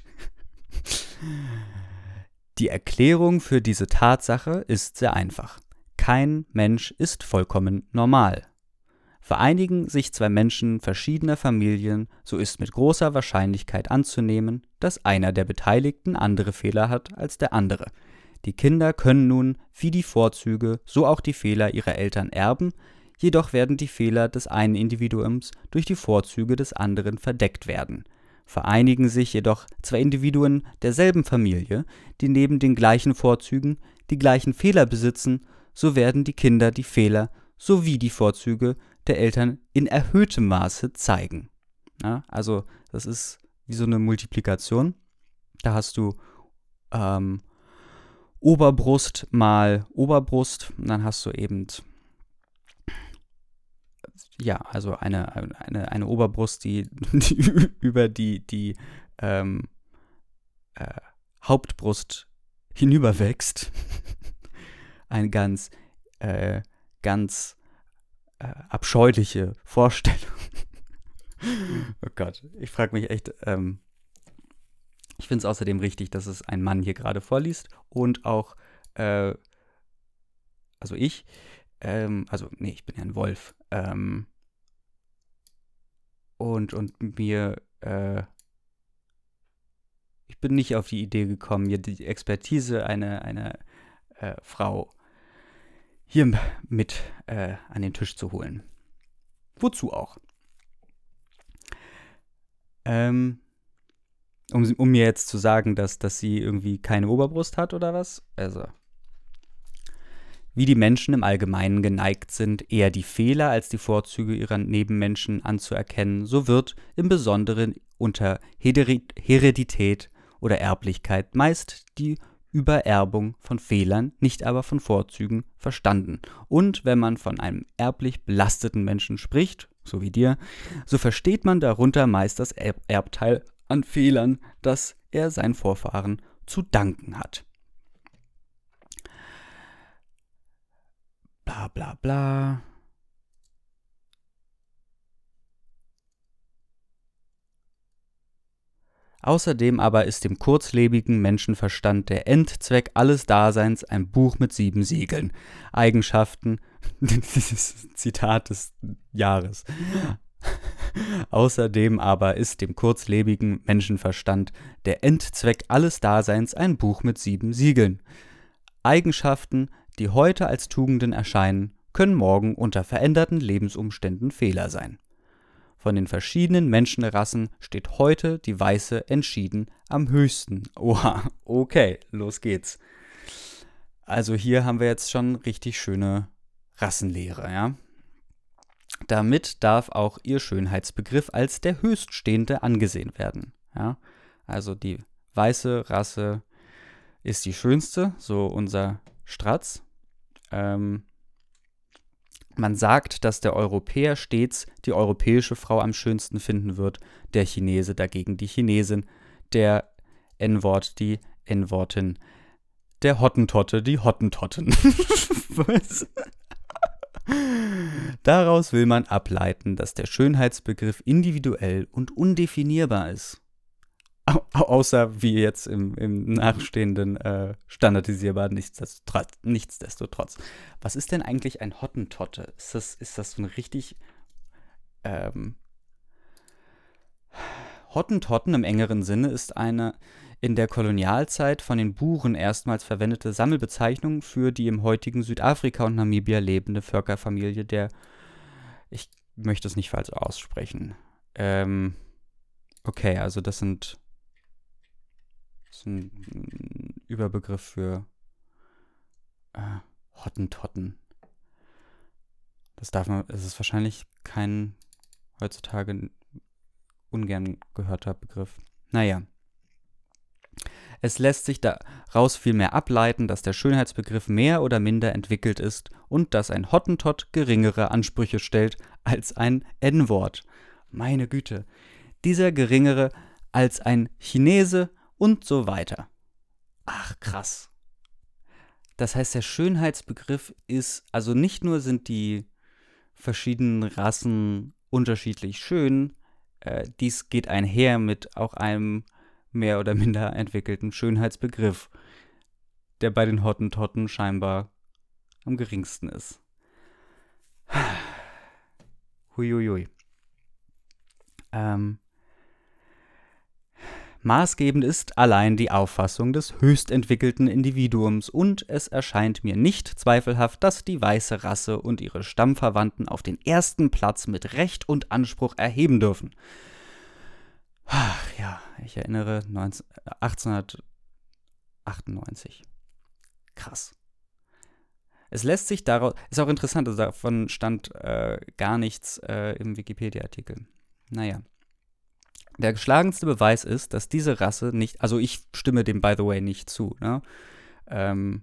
Die Erklärung für diese Tatsache ist sehr einfach. Kein Mensch ist vollkommen normal. Vereinigen sich zwei Menschen verschiedener Familien, so ist mit großer Wahrscheinlichkeit anzunehmen, dass einer der Beteiligten andere Fehler hat als der andere. Die Kinder können nun, wie die Vorzüge, so auch die Fehler ihrer Eltern erben, jedoch werden die Fehler des einen Individuums durch die Vorzüge des anderen verdeckt werden. Vereinigen sich jedoch zwei Individuen derselben Familie, die neben den gleichen Vorzügen die gleichen Fehler besitzen, so werden die Kinder die Fehler sowie die Vorzüge der Eltern in erhöhtem Maße zeigen. Ja, also das ist wie so eine Multiplikation. Da hast du ähm, Oberbrust mal Oberbrust und dann hast du eben ja, also eine, eine, eine Oberbrust, die, die über die, die ähm, äh, Hauptbrust hinüberwächst. Eine ganz, äh, ganz äh, abscheuliche Vorstellung. Oh Gott, ich frage mich echt, ähm, ich finde es außerdem richtig, dass es ein Mann hier gerade vorliest und auch, äh, also ich, ähm, also nee, ich bin ja ein Wolf, ähm, und, und mir, äh, ich bin nicht auf die Idee gekommen, mir die Expertise einer eine, äh, Frau hier mit äh, an den Tisch zu holen. Wozu auch? Ähm, um, um mir jetzt zu sagen, dass, dass sie irgendwie keine Oberbrust hat oder was? Also, wie die Menschen im Allgemeinen geneigt sind, eher die Fehler als die Vorzüge ihrer Nebenmenschen anzuerkennen, so wird im Besonderen unter Heredität oder Erblichkeit meist die Übererbung von Fehlern, nicht aber von Vorzügen verstanden. Und wenn man von einem erblich belasteten Menschen spricht, so wie dir, so versteht man darunter meist das Erb- Erbteil an Fehlern, das er seinen Vorfahren zu danken hat. Bla bla bla. Außerdem aber ist dem kurzlebigen Menschenverstand der Endzweck alles Daseins ein Buch mit sieben Siegeln. Eigenschaften, dieses Zitat des Jahres. Außerdem aber ist dem kurzlebigen Menschenverstand der Endzweck alles Daseins ein Buch mit sieben Siegeln. Eigenschaften, die heute als Tugenden erscheinen, können morgen unter veränderten Lebensumständen Fehler sein. Von den verschiedenen Menschenrassen steht heute die Weiße entschieden am höchsten. Oha, okay, los geht's. Also hier haben wir jetzt schon richtig schöne Rassenlehre, ja. Damit darf auch ihr Schönheitsbegriff als der höchststehende angesehen werden. Ja? Also die weiße Rasse ist die schönste, so unser Stratz. Ähm, man sagt, dass der Europäer stets die europäische Frau am schönsten finden wird, der Chinese dagegen die Chinesin, der N-Wort die N-Wortin, der Hottentotte die Hottentotten. Was? Daraus will man ableiten, dass der Schönheitsbegriff individuell und undefinierbar ist. Au- außer wie jetzt im, im nachstehenden äh, standardisierbar nichtsdestotrotz, nichtsdestotrotz. Was ist denn eigentlich ein Hottentotte? Ist das, ist das so ein richtig ähm, Hottentotten im engeren Sinne ist eine in der Kolonialzeit von den Buren erstmals verwendete Sammelbezeichnung für die im heutigen Südafrika und Namibia lebende Völkerfamilie der, ich möchte es nicht falsch aussprechen. Ähm, okay, also das sind, das ist ein Überbegriff für äh, Hottentotten. Das darf man, es ist wahrscheinlich kein heutzutage ungern gehörter Begriff. Naja. Es lässt sich daraus vielmehr ableiten, dass der Schönheitsbegriff mehr oder minder entwickelt ist und dass ein Hottentott geringere Ansprüche stellt als ein N-Wort. Meine Güte. Dieser geringere als ein Chinese und so weiter. Ach, krass. Das heißt, der Schönheitsbegriff ist, also nicht nur sind die verschiedenen Rassen unterschiedlich schön, äh, dies geht einher mit auch einem mehr oder minder entwickelten Schönheitsbegriff, der bei den Hottentotten scheinbar am geringsten ist. Huiuiui. Ähm, maßgebend ist allein die Auffassung des höchstentwickelten Individuums und es erscheint mir nicht zweifelhaft, dass die weiße Rasse und ihre Stammverwandten auf den ersten Platz mit Recht und Anspruch erheben dürfen. Ach ja, ich erinnere achtzehnhundertachtundneunzig. Krass. Es lässt sich daraus, ist auch interessant, also davon stand äh, gar nichts äh, im Wikipedia-Artikel. Naja. Der geschlagenste Beweis ist, dass diese Rasse nicht, also ich stimme dem by the way nicht zu, ne? Ähm.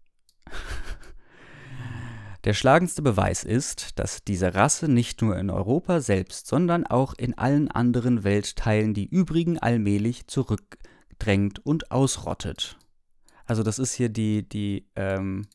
Der schlagendste Beweis ist, dass diese Rasse nicht nur in Europa selbst, sondern auch in allen anderen Weltteilen die übrigen allmählich zurückdrängt und ausrottet. Also das ist hier die, die, ähm,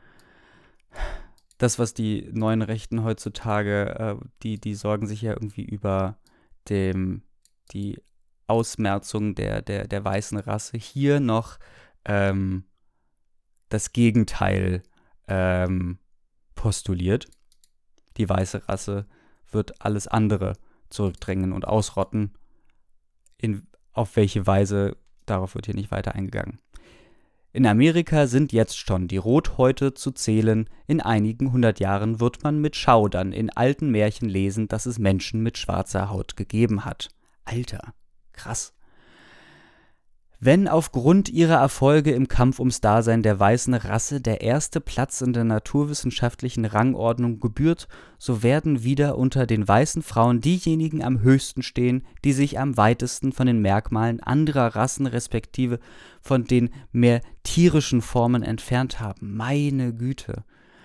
das, was die neuen Rechten heutzutage, äh, die, die sorgen sich ja irgendwie über dem, die Ausmerzung der, der, der weißen Rasse. Hier noch ähm, das Gegenteil ähm, postuliert. Die weiße Rasse wird alles andere zurückdrängen und ausrotten. In, auf welche Weise darauf wird hier nicht weiter eingegangen. In Amerika sind jetzt schon die Rothäute zu zählen. In einigen hundert Jahren wird man mit Schaudern in alten Märchen lesen, dass es Menschen mit schwarzer Haut gegeben hat. Alter, krass. Wenn aufgrund ihrer Erfolge im Kampf ums Dasein der weißen Rasse der erste Platz in der naturwissenschaftlichen Rangordnung gebührt, so werden wieder unter den weißen Frauen diejenigen am höchsten stehen, die sich am weitesten von den Merkmalen anderer Rassen respektive von den mehr tierischen Formen entfernt haben. Meine Güte.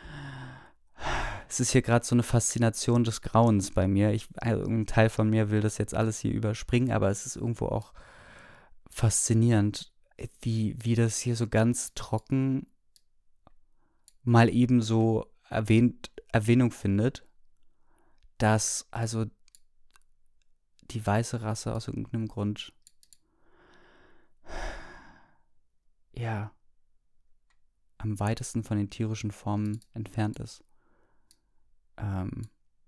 Es ist hier gerade so eine Faszination des Grauens bei mir. Ich, also ein Teil von mir will das jetzt alles hier überspringen, aber es ist irgendwo auch faszinierend, wie, wie das hier so ganz trocken mal eben so erwähnt, Erwähnung findet, dass also die weiße Rasse aus irgendeinem Grund ja am weitesten von den tierischen Formen entfernt ist. Ähm,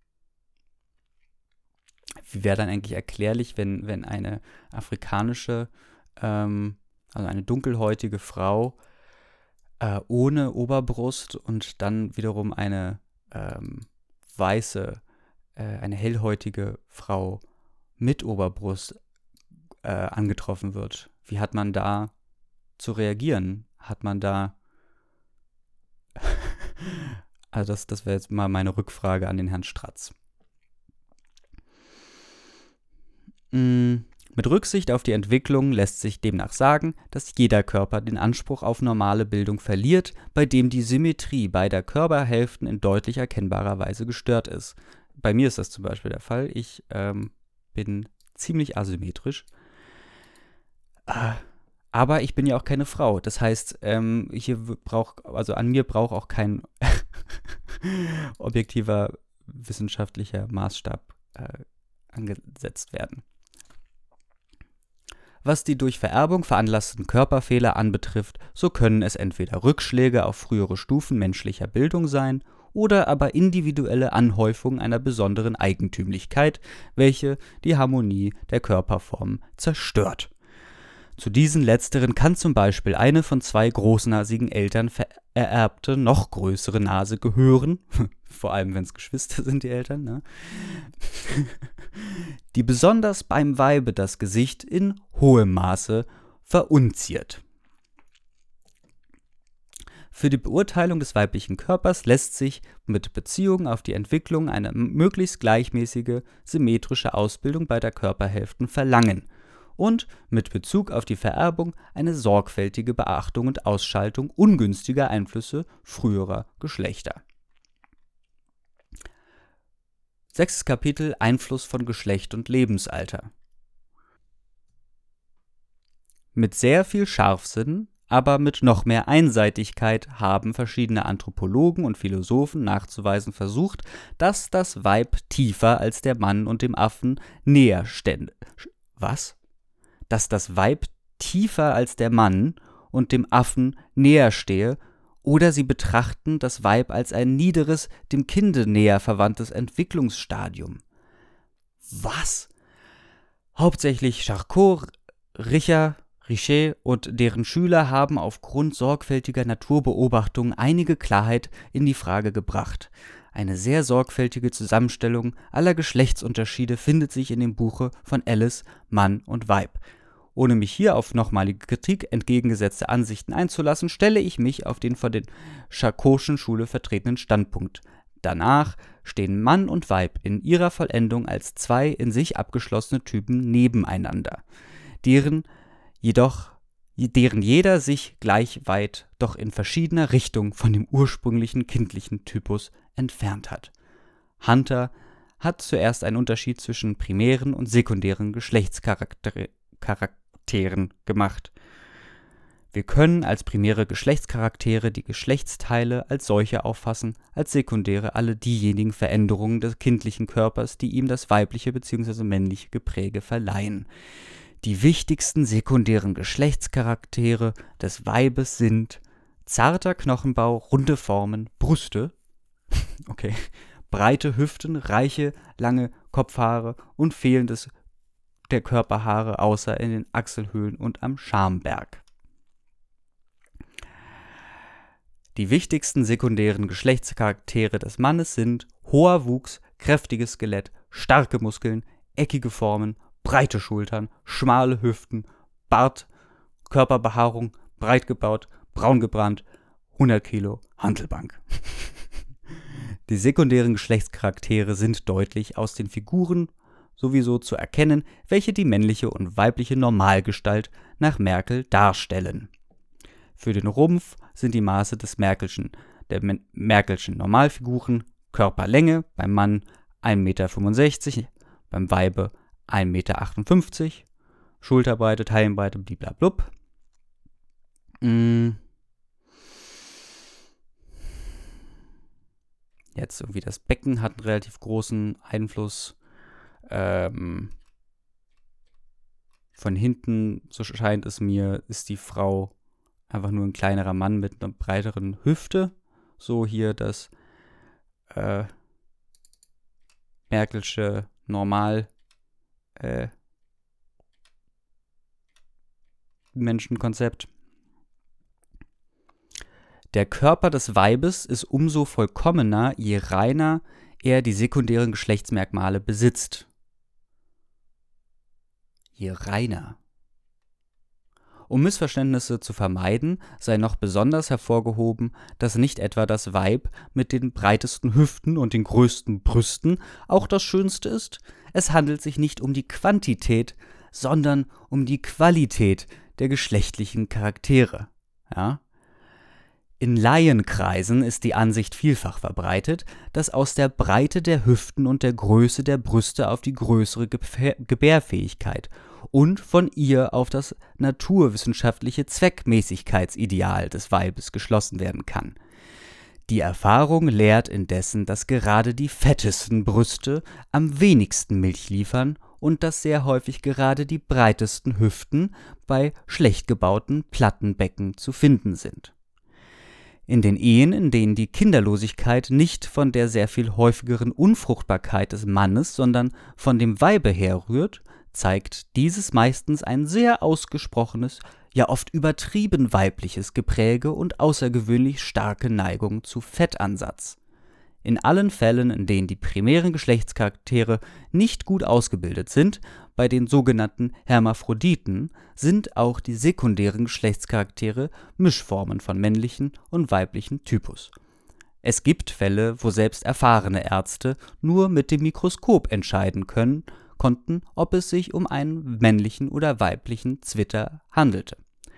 wie wäre dann eigentlich erklärlich, wenn, wenn eine afrikanische Ähm, also eine dunkelhäutige Frau äh, ohne Oberbrust und dann wiederum eine ähm, weiße, äh, eine hellhäutige Frau mit Oberbrust äh, angetroffen wird. Wie hat man da zu reagieren? Hat man da also das, das wäre jetzt mal meine Rückfrage an den Herrn Stratz. Mm. Mit Rücksicht auf die Entwicklung lässt sich demnach sagen, dass jeder Körper den Anspruch auf normale Bildung verliert, bei dem die Symmetrie beider Körperhälften in deutlich erkennbarer Weise gestört ist. Bei mir ist das zum Beispiel der Fall. Ich ähm, bin ziemlich asymmetrisch. Äh, aber ich bin ja auch keine Frau. Das heißt, ähm, hier braucht, also an mir braucht auch kein objektiver wissenschaftlicher Maßstab äh, angesetzt werden. Was die durch Vererbung veranlassten Körperfehler anbetrifft, so können es entweder Rückschläge auf frühere Stufen menschlicher Bildung sein oder aber individuelle Anhäufung einer besonderen Eigentümlichkeit, welche die Harmonie der Körperformen zerstört. Zu diesen letzteren kann zum Beispiel eine von zwei großnasigen Eltern vererbte, noch größere Nase gehören, vor allem wenn es Geschwister sind, die Eltern, ne? die besonders beim Weibe das Gesicht in hohem Maße verunziert. Für die Beurteilung des weiblichen Körpers lässt sich mit Beziehung auf die Entwicklung eine möglichst gleichmäßige, symmetrische Ausbildung beider Körperhälften verlangen und mit Bezug auf die Vererbung eine sorgfältige Beachtung und Ausschaltung ungünstiger Einflüsse früherer Geschlechter. Sechstes Kapitel: Einfluss von Geschlecht und Lebensalter. Mit sehr viel Scharfsinn, aber mit noch mehr Einseitigkeit haben verschiedene Anthropologen und Philosophen nachzuweisen versucht, dass das Weib tiefer als der Mann und dem Affen näher stände. Was? Dass das Weib tiefer als der Mann und dem Affen näher stehe, oder sie betrachten das Weib als ein niederes, dem Kinde näher verwandtes Entwicklungsstadium. Was? Hauptsächlich Charcot, Richer, Richet und deren Schüler haben aufgrund sorgfältiger Naturbeobachtungen einige Klarheit in die Frage gebracht. Eine sehr sorgfältige Zusammenstellung aller Geschlechtsunterschiede findet sich in dem Buche von Ellis Mann und Weib. Ohne mich hier auf nochmalige Kritik entgegengesetzte Ansichten einzulassen, stelle ich mich auf den von der Charcotschen Schule vertretenen Standpunkt. Danach stehen Mann und Weib in ihrer Vollendung als zwei in sich abgeschlossene Typen nebeneinander, deren jedoch deren jeder sich gleich weit, doch in verschiedener Richtung von dem ursprünglichen kindlichen Typus entfernt hat. Hunter hat zuerst einen Unterschied zwischen primären und sekundären Geschlechtscharakteren Charakteren gemacht. Wir können als primäre Geschlechtscharaktere die Geschlechtsteile als solche auffassen, als sekundäre alle diejenigen Veränderungen des kindlichen Körpers, die ihm das weibliche bzw. männliche Gepräge verleihen. Die wichtigsten sekundären Geschlechtscharaktere des Weibes sind zarter Knochenbau, runde Formen, Brüste, okay, breite Hüften, reiche, lange Kopfhaare und fehlendes der Körperhaare außer in den Achselhöhlen und am Schamberg. Die wichtigsten sekundären Geschlechtscharaktere des Mannes sind hoher Wuchs, kräftiges Skelett, starke Muskeln, eckige Formen, breite Schultern, schmale Hüften, Bart, Körperbehaarung, breit gebaut, braun gebrannt, hundert Kilo, Hantelbank. Die sekundären Geschlechtscharaktere sind deutlich aus den Figuren sowieso zu erkennen, welche die männliche und weibliche Normalgestalt nach Merkel darstellen. Für den Rumpf sind die Maße des Merkelschen, der Merkelschen Normalfiguren Körperlänge beim Mann ein Meter fünfundsechzig, beim Weibe ein Meter achtundfünfzig, Schulterbreite, Taillenbreite, bliblablub. Mm. Jetzt irgendwie das Becken hat einen relativ großen Einfluss. Ähm, von hinten, so scheint es mir, ist die Frau einfach nur ein kleinerer Mann mit einer breiteren Hüfte. So hier das äh, Merkelsche Normal äh, Menschenkonzept. Der Körper des Weibes ist umso vollkommener, je reiner er die sekundären Geschlechtsmerkmale besitzt. Je reiner. Um Missverständnisse zu vermeiden, sei noch besonders hervorgehoben, dass nicht etwa das Weib mit den breitesten Hüften und den größten Brüsten auch das Schönste ist. Es handelt sich nicht um die Quantität, sondern um die Qualität der geschlechtlichen Charaktere. Ja? In Laienkreisen ist die Ansicht vielfach verbreitet, dass aus der Breite der Hüften und der Größe der Brüste auf die größere Gebärfähigkeit und von ihr auf das naturwissenschaftliche Zweckmäßigkeitsideal des Weibes geschlossen werden kann. Die Erfahrung lehrt indessen, dass gerade die fettesten Brüste am wenigsten Milch liefern und dass sehr häufig gerade die breitesten Hüften bei schlecht gebauten Plattenbecken zu finden sind. In den Ehen, in denen die Kinderlosigkeit nicht von der sehr viel häufigeren Unfruchtbarkeit des Mannes, sondern von dem Weibe herrührt, zeigt dieses meistens ein sehr ausgesprochenes, ja oft übertrieben weibliches Gepräge und außergewöhnlich starke Neigung zu Fettansatz. In allen Fällen, in denen die primären Geschlechtscharaktere nicht gut ausgebildet sind, bei den sogenannten Hermaphroditen, sind auch die sekundären Geschlechtscharaktere Mischformen von männlichen und weiblichen Typus. Es gibt Fälle, wo selbst erfahrene Ärzte nur mit dem Mikroskop entscheiden können, konnten, ob es sich um einen männlichen oder weiblichen Zwitter handelte.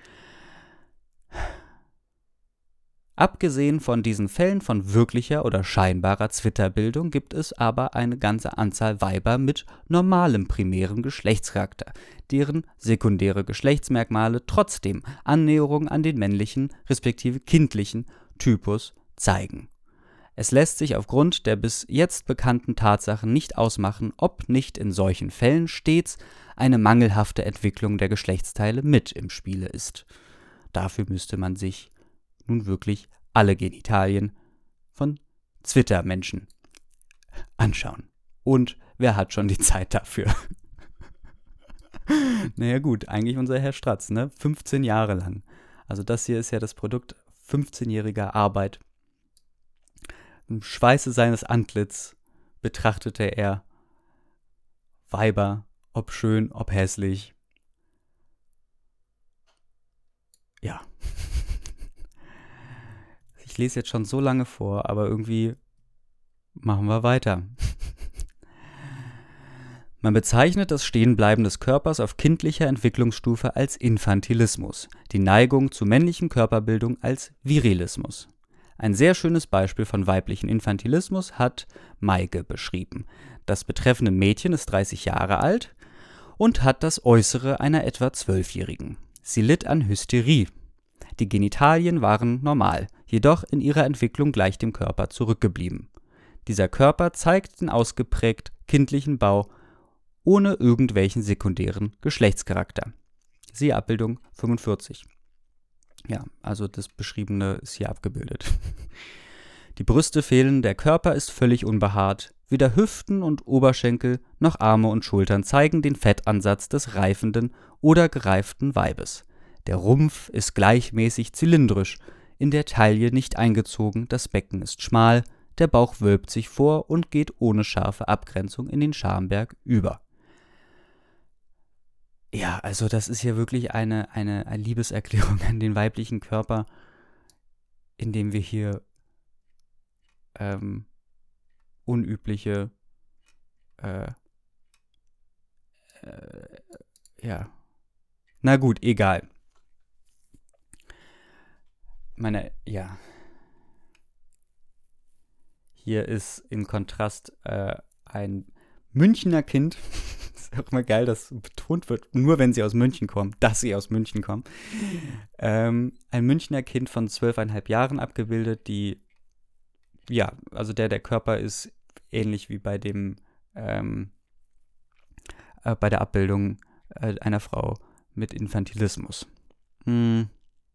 Abgesehen von diesen Fällen von wirklicher oder scheinbarer Zwitterbildung gibt es aber eine ganze Anzahl Weiber mit normalem primären Geschlechtscharakter, deren sekundäre Geschlechtsmerkmale trotzdem Annäherung an den männlichen respektive kindlichen Typus zeigen. Es lässt sich aufgrund der bis jetzt bekannten Tatsachen nicht ausmachen, ob nicht in solchen Fällen stets eine mangelhafte Entwicklung der Geschlechtsteile mit im Spiele ist. Dafür müsste man sich nun wirklich alle Genitalien von Zwittermenschen anschauen. Und wer hat schon die Zeit dafür? Naja gut, eigentlich unser Herr Stratz, ne? fünfzehn Jahre lang. Also das hier ist ja das Produkt fünfzehnjähriger Arbeit. Im Schweiße seines Antlitz betrachtete er Weiber, ob schön, ob hässlich. Ja. Ich lese jetzt schon so lange vor, aber irgendwie machen wir weiter. Man bezeichnet das Stehenbleiben des Körpers auf kindlicher Entwicklungsstufe als Infantilismus, die Neigung zu männlichen Körperbildung als Virilismus. Ein sehr schönes Beispiel von weiblichen Infantilismus hat Meige beschrieben. Das betreffende Mädchen ist dreißig Jahre alt und hat das Äußere einer etwa zwölfjährigen. Sie litt an Hysterie. Die Genitalien waren normal, jedoch in ihrer Entwicklung gleich dem Körper zurückgeblieben. Dieser Körper zeigt den ausgeprägt kindlichen Bau ohne irgendwelchen sekundären Geschlechtscharakter. Siehe Abbildung fünfundvierzig. Ja, also das Beschriebene ist hier abgebildet. Die Brüste fehlen, der Körper ist völlig unbehaart, Weder Hüften und Oberschenkel noch Arme und Schultern zeigen den Fettansatz des reifenden oder gereiften Weibes. Der Rumpf ist gleichmäßig zylindrisch, in der Taille nicht eingezogen, das Becken ist schmal, der Bauch wölbt sich vor und geht ohne scharfe Abgrenzung in den Schamberg über. Ja, also das ist hier wirklich eine, eine, eine Liebeserklärung an den weiblichen Körper, indem wir hier ähm, unübliche äh, äh, ja, na gut, egal. Meine, ja. Hier ist im Kontrast äh, ein Münchner Kind. Ist auch immer geil, dass betont wird, nur wenn sie aus München kommen, dass sie aus München kommen. Ähm, ein Münchner Kind von zwölfeinhalb Jahren abgebildet, die, ja, also der, der Körper ist ähnlich wie bei dem, ähm, äh, bei der Abbildung äh, einer Frau mit Infantilismus. Hm.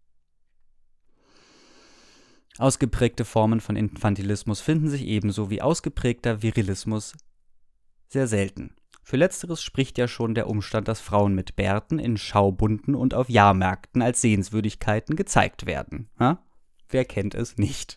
Ausgeprägte Formen von Infantilismus finden sich ebenso wie ausgeprägter Virilismus sehr selten. Für Letzteres spricht ja schon der Umstand, dass Frauen mit Bärten in Schaubunden und auf Jahrmärkten als Sehenswürdigkeiten gezeigt werden. Ha? Wer kennt es nicht?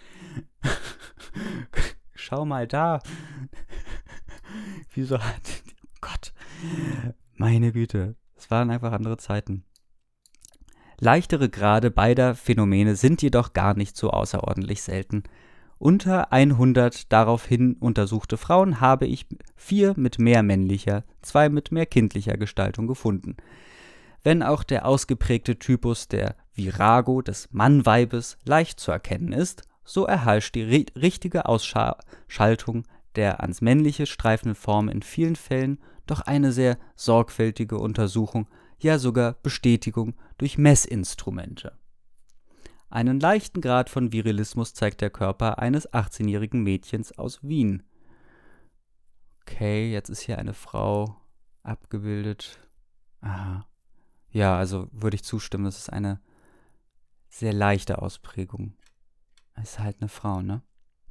Schau mal da. Wieso hat... Oh Gott. Meine Güte. Es waren einfach andere Zeiten. Leichtere Grade beider Phänomene sind jedoch gar nicht so außerordentlich selten. Unter hundert daraufhin untersuchte Frauen habe ich vier mit mehr männlicher, zwei mit mehr kindlicher Gestaltung gefunden. Wenn auch der ausgeprägte Typus der Virago des Mannweibes leicht zu erkennen ist, so erheischt die ri- richtige Ausschaltung der ans männliche streifenden Form in vielen Fällen doch eine sehr sorgfältige Untersuchung, ja sogar Bestätigung durch Messinstrumente. Einen leichten Grad von Virilismus zeigt der Körper eines achtzehnjährigen Mädchens aus Wien. Okay, jetzt ist hier eine Frau abgebildet. Aha. Ja, also würde ich zustimmen, das ist eine sehr leichte Ausprägung. Es ist halt eine Frau, ne?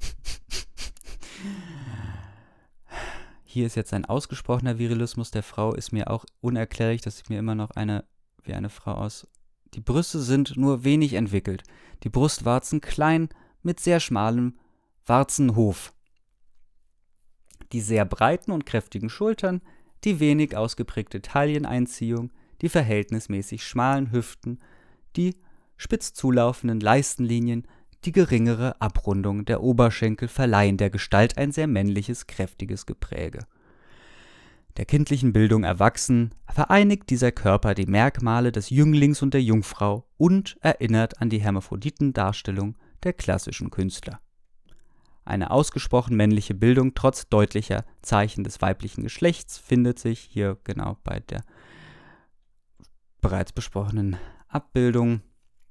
Hier ist jetzt ein ausgesprochener Virilismus der Frau, ist mir auch unerklärlich, dass sieht mir immer noch eine wie eine Frau aus. Die Brüste sind nur wenig entwickelt, die Brustwarzen klein mit sehr schmalem Warzenhof. Die sehr breiten und kräftigen Schultern, die wenig ausgeprägte Tailleneinziehung, die verhältnismäßig schmalen Hüften, die spitz zulaufenden Leistenlinien, die geringere Abrundung der Oberschenkel verleihen der Gestalt ein sehr männliches, kräftiges Gepräge. Der kindlichen Bildung erwachsen, vereinigt dieser Körper die Merkmale des Jünglings und der Jungfrau und erinnert an die Hermaphroditendarstellung der klassischen Künstler. Eine ausgesprochen männliche Bildung trotz deutlicher Zeichen des weiblichen Geschlechts findet sich hier genau bei der bereits besprochenen Abbildung.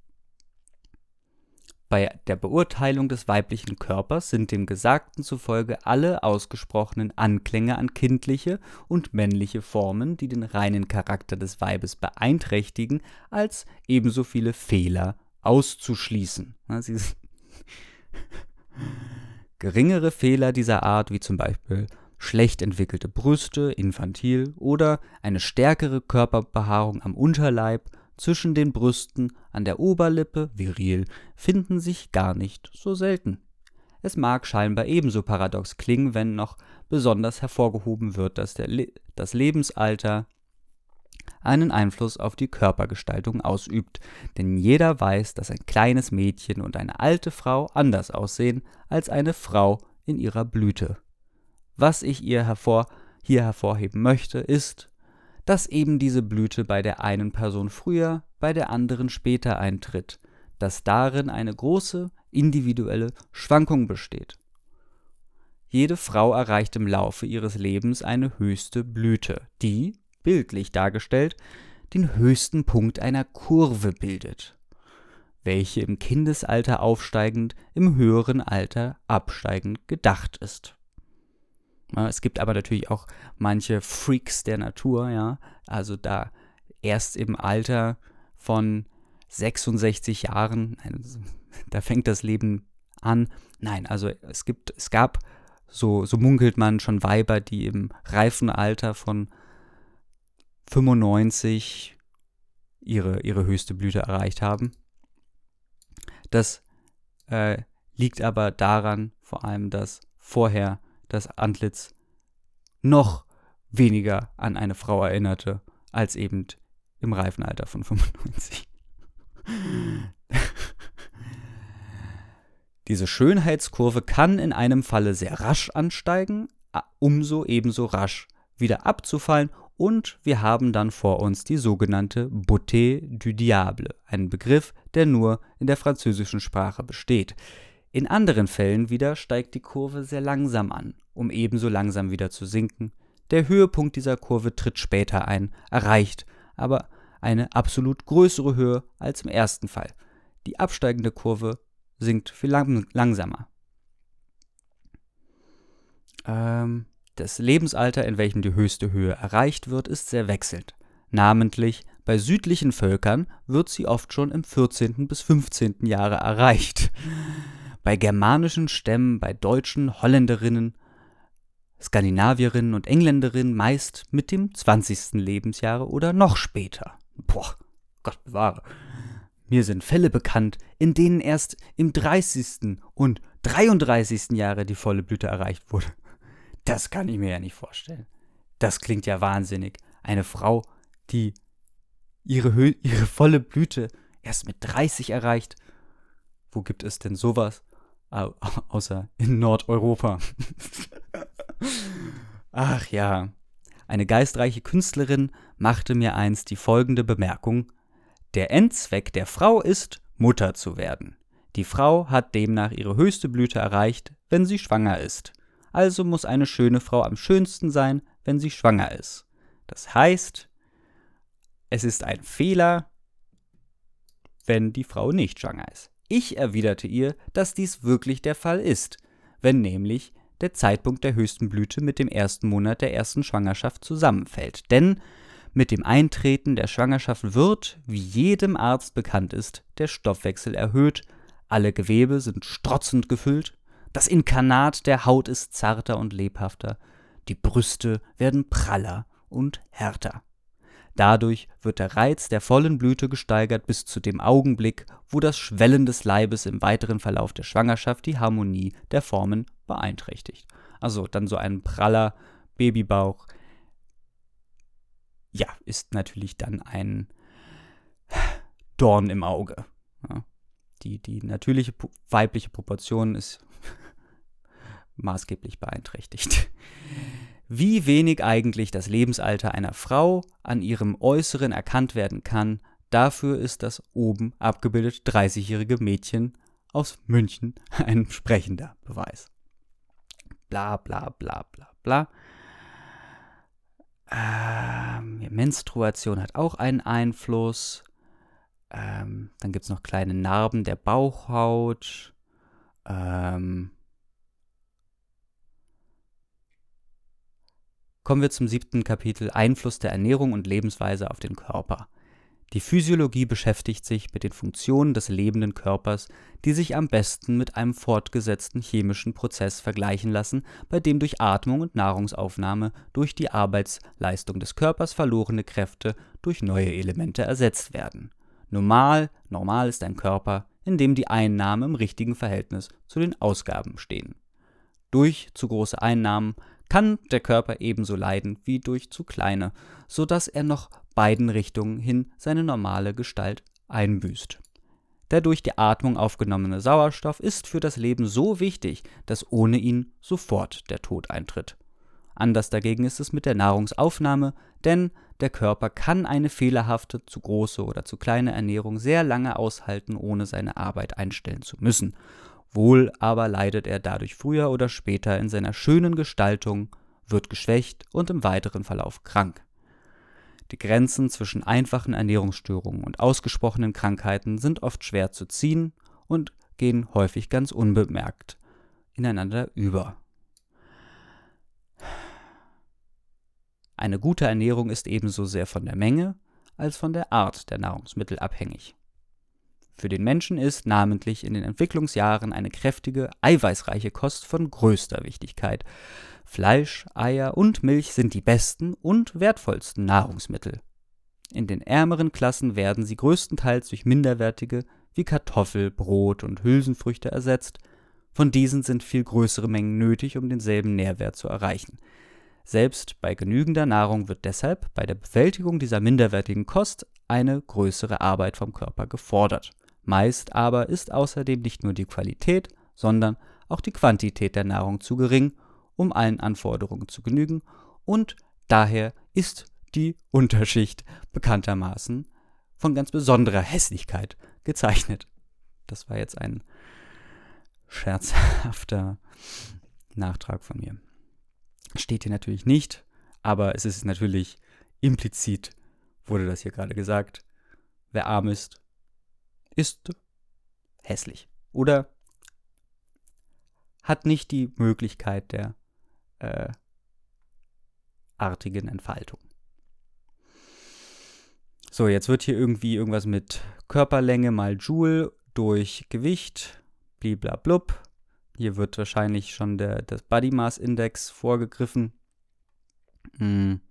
Bei der Beurteilung des weiblichen Körpers sind dem Gesagten zufolge alle ausgesprochenen Anklänge an kindliche und männliche Formen, die den reinen Charakter des Weibes beeinträchtigen, als ebenso viele Fehler auszuschließen. Geringere Fehler dieser Art, wie zum Beispiel schlecht entwickelte Brüste, infantil, oder eine stärkere Körperbehaarung am Unterleib, zwischen den Brüsten, an der Oberlippe, viril, finden sich gar nicht so selten. Es mag scheinbar ebenso paradox klingen, wenn noch besonders hervorgehoben wird, dass der Le- das Lebensalter einen Einfluss auf die Körpergestaltung ausübt, denn jeder weiß, dass ein kleines Mädchen und eine alte Frau anders aussehen als eine Frau in ihrer Blüte. Was ich ihr hervor, hier hervorheben möchte, ist, dass eben diese Blüte bei der einen Person früher, bei der anderen später eintritt, dass darin eine große individuelle Schwankung besteht. Jede Frau erreicht im Laufe ihres Lebens eine höchste Blüte, die, bildlich dargestellt, den höchsten Punkt einer Kurve bildet, welche im Kindesalter aufsteigend, im höheren Alter absteigend gedacht ist. Es gibt aber natürlich auch manche Freaks der Natur, ja, also da erst im Alter von sechsundsechzig Jahren, da fängt das Leben an. Nein, also es gibt, es gab so, so munkelt man, schon Weiber, die im reifen Alter von fünfundneunzig ihre, ihre höchste Blüte erreicht haben. Das äh, liegt aber daran, vor allem, dass vorher das Antlitz noch weniger an eine Frau erinnerte, als eben im reifen Alter von fünfundneunzig. Diese Schönheitskurve kann in einem Falle sehr rasch ansteigen, umso ebenso rasch wieder abzufallen, und wir haben dann vor uns die sogenannte Beauté du Diable, einen Begriff, der nur in der französischen Sprache besteht. In anderen Fällen wieder steigt die Kurve sehr langsam an, um ebenso langsam wieder zu sinken. Der Höhepunkt dieser Kurve tritt später ein, erreicht aber eine absolut größere Höhe als im ersten Fall. Die absteigende Kurve sinkt viel lang- langsamer. Ähm, das Lebensalter, in welchem die höchste Höhe erreicht wird, ist sehr wechselnd. Namentlich bei südlichen Völkern wird sie oft schon im vierzehnten bis fünfzehnten Jahre erreicht. Bei germanischen Stämmen, bei Deutschen, Holländerinnen, Skandinavierinnen und Engländerinnen meist mit dem zwanzigsten Lebensjahre oder noch später. Boah, Gott bewahre. Mir sind Fälle bekannt, in denen erst im dreißigsten und dreiunddreißigsten Jahre die volle Blüte erreicht wurde. Das kann ich mir ja nicht vorstellen. Das klingt ja wahnsinnig. Eine Frau, die ihre, Hö- ihre volle Blüte erst mit dreißig erreicht. Wo gibt es denn sowas? Au- außer in Nordeuropa. Ach ja. Eine geistreiche Künstlerin machte mir einst die folgende Bemerkung: Der Endzweck der Frau ist, Mutter zu werden. Die Frau hat demnach ihre höchste Blüte erreicht, wenn sie schwanger ist. Also muss eine schöne Frau am schönsten sein, wenn sie schwanger ist. Das heißt, es ist ein Fehler, wenn die Frau nicht schwanger ist. Ich erwiderte ihr, dass dies wirklich der Fall ist, wenn nämlich der Zeitpunkt der höchsten Blüte mit dem ersten Monat der ersten Schwangerschaft zusammenfällt. Denn mit dem Eintreten der Schwangerschaft wird, wie jedem Arzt bekannt ist, der Stoffwechsel erhöht, alle Gewebe sind strotzend gefüllt, das Inkarnat der Haut ist zarter und lebhafter, die Brüste werden praller und härter. Dadurch wird der Reiz der vollen Blüte gesteigert bis zu dem Augenblick, wo das Schwellen des Leibes im weiteren Verlauf der Schwangerschaft die Harmonie der Formen beeinträchtigt. Also dann so ein praller Babybauch, ja, ist natürlich dann ein Dorn im Auge. Ja, die, die natürliche weibliche Proportion ist maßgeblich beeinträchtigt. Wie wenig eigentlich das Lebensalter einer Frau an ihrem Äußeren erkannt werden kann, dafür ist das oben abgebildete dreißigjährige Mädchen aus München ein sprechender Beweis. Bla bla bla bla bla. Ähm, Menstruation hat auch einen Einfluss. Ähm, dann gibt es noch kleine Narben der Bauchhaut. Ähm, Kommen wir zum siebten Kapitel: Einfluss der Ernährung und Lebensweise auf den Körper. Die Physiologie beschäftigt sich mit den Funktionen des lebenden Körpers, die sich am besten mit einem fortgesetzten chemischen Prozess vergleichen lassen, bei dem durch Atmung und Nahrungsaufnahme durch die Arbeitsleistung des Körpers verlorene Kräfte durch neue Elemente ersetzt werden. Normal, normal ist ein Körper, in dem die Einnahmen im richtigen Verhältnis zu den Ausgaben stehen. Durch zu große Einnahmen kann der Körper ebenso leiden wie durch zu kleine, sodass er noch beiden Richtungen hin seine normale Gestalt einbüßt. Der durch die Atmung aufgenommene Sauerstoff ist für das Leben so wichtig, dass ohne ihn sofort der Tod eintritt. Anders dagegen ist es mit der Nahrungsaufnahme, denn der Körper kann eine fehlerhafte, zu große oder zu kleine Ernährung sehr lange aushalten, ohne seine Arbeit einstellen zu müssen. Wohl aber leidet er dadurch früher oder später in seiner schönen Gestaltung, wird geschwächt und im weiteren Verlauf krank. Die Grenzen zwischen einfachen Ernährungsstörungen und ausgesprochenen Krankheiten sind oft schwer zu ziehen und gehen häufig ganz unbemerkt ineinander über. Eine gute Ernährung ist ebenso sehr von der Menge als von der Art der Nahrungsmittel abhängig. Für den Menschen ist namentlich in den Entwicklungsjahren eine kräftige, eiweißreiche Kost von größter Wichtigkeit. Fleisch, Eier und Milch sind die besten und wertvollsten Nahrungsmittel. In den ärmeren Klassen werden sie größtenteils durch minderwertige wie Kartoffel, Brot und Hülsenfrüchte ersetzt. Von diesen sind viel größere Mengen nötig, um denselben Nährwert zu erreichen. Selbst bei genügender Nahrung wird deshalb bei der Bewältigung dieser minderwertigen Kost eine größere Arbeit vom Körper gefordert. Meist aber ist außerdem nicht nur die Qualität, sondern auch die Quantität der Nahrung zu gering, um allen Anforderungen zu genügen, und daher ist die Unterschicht bekanntermaßen von ganz besonderer Hässlichkeit gezeichnet. Das war jetzt ein scherzhafter Nachtrag von mir. Steht hier natürlich nicht, aber es ist natürlich implizit, wurde das hier gerade gesagt. Wer arm ist, ist hässlich oder hat nicht die Möglichkeit der äh, artigen Entfaltung. So, jetzt wird hier irgendwie irgendwas mit Körperlänge mal Joule durch Gewicht, bliblablub. Hier wird wahrscheinlich schon der, das Body Mass Index vorgegriffen. Hm.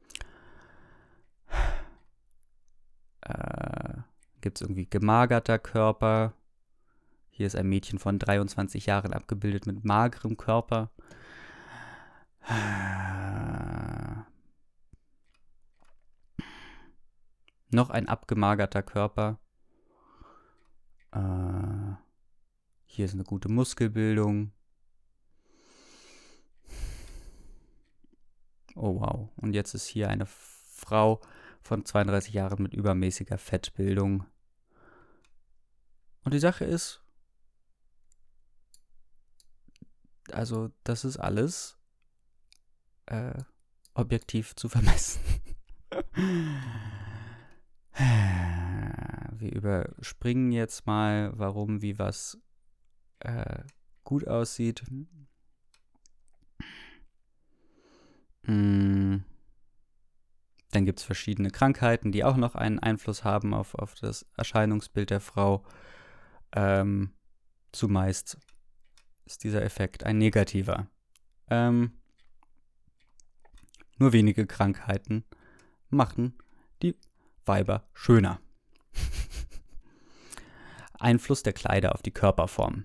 Äh, Gibt es irgendwie gemagerter Körper. Hier ist ein Mädchen von dreiundzwanzig Jahren abgebildet mit magerem Körper. Äh, noch ein abgemagerter Körper. Äh, hier ist eine gute Muskelbildung. Oh wow. Und jetzt ist hier eine Frau von zweiunddreißig Jahren mit übermäßiger Fettbildung. Und die Sache ist, also das ist alles äh, objektiv zu vermessen. Wir überspringen jetzt mal, warum, wie, was äh, gut aussieht. Mm. Dann gibt es verschiedene Krankheiten, die auch noch einen Einfluss haben auf, auf das Erscheinungsbild der Frau. Ähm, zumeist ist dieser Effekt ein negativer. Ähm, nur wenige Krankheiten machen die Weiber schöner. Einfluss der Kleider auf die Körperform.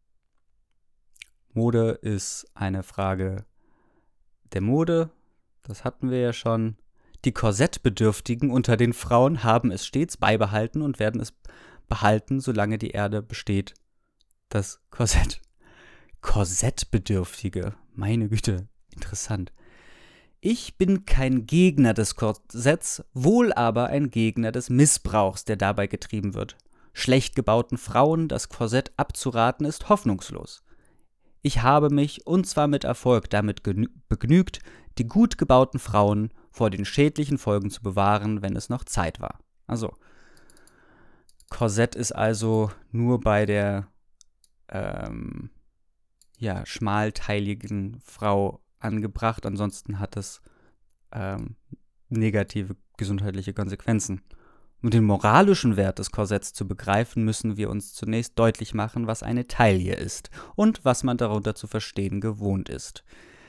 Mode ist eine Frage der Mode, das hatten wir ja schon. Die Korsettbedürftigen unter den Frauen haben es stets beibehalten und werden es behalten, solange die Erde besteht. Das Korsett. Korsettbedürftige, meine Güte, interessant. Ich bin kein Gegner des Korsetts, wohl aber ein Gegner des Missbrauchs, der dabei getrieben wird. Schlecht gebauten Frauen das Korsett abzuraten, ist hoffnungslos. Ich habe mich, und zwar mit Erfolg, damit genü- begnügt, die gut gebauten Frauen vor den schädlichen Folgen zu bewahren, wenn es noch Zeit war. Also, Korsett ist also nur bei der ähm, ja, schmalteiligen Frau angebracht, ansonsten hat es ähm, negative gesundheitliche Konsequenzen. Um den moralischen Wert des Korsetts zu begreifen, müssen wir uns zunächst deutlich machen, was eine Taille ist und was man darunter zu verstehen gewohnt ist.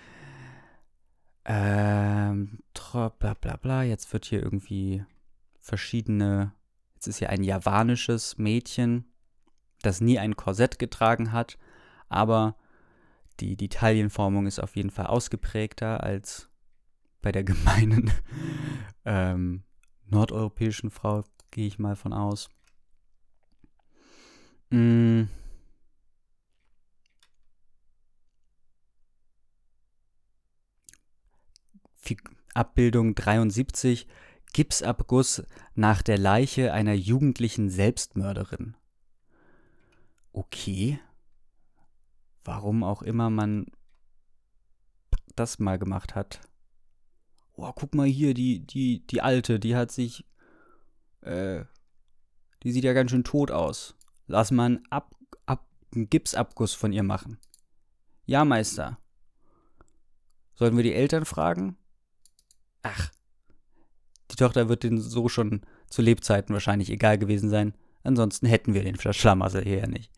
Ähm, bla bla bla, jetzt wird hier irgendwie verschiedene, jetzt ist hier ein javanisches Mädchen, das nie ein Korsett getragen hat, aber die, die Taillenformung ist auf jeden Fall ausgeprägter als bei der gemeinen ähm, nordeuropäischen Frau, gehe ich mal von aus. Mm. Abbildung dreiundsiebzig, Gipsabguss nach der Leiche einer jugendlichen Selbstmörderin. Okay. Warum auch immer man das mal gemacht hat. Oh, guck mal hier, die, die, die Alte, die hat sich, äh, die sieht ja ganz schön tot aus. Lass mal einen, Ab, Ab, einen Gipsabguss von ihr machen. Ja, Meister. Sollten wir die Eltern fragen? Ach, die Tochter wird denen so schon zu Lebzeiten wahrscheinlich egal gewesen sein. Ansonsten hätten wir den Schlamassel hier ja nicht.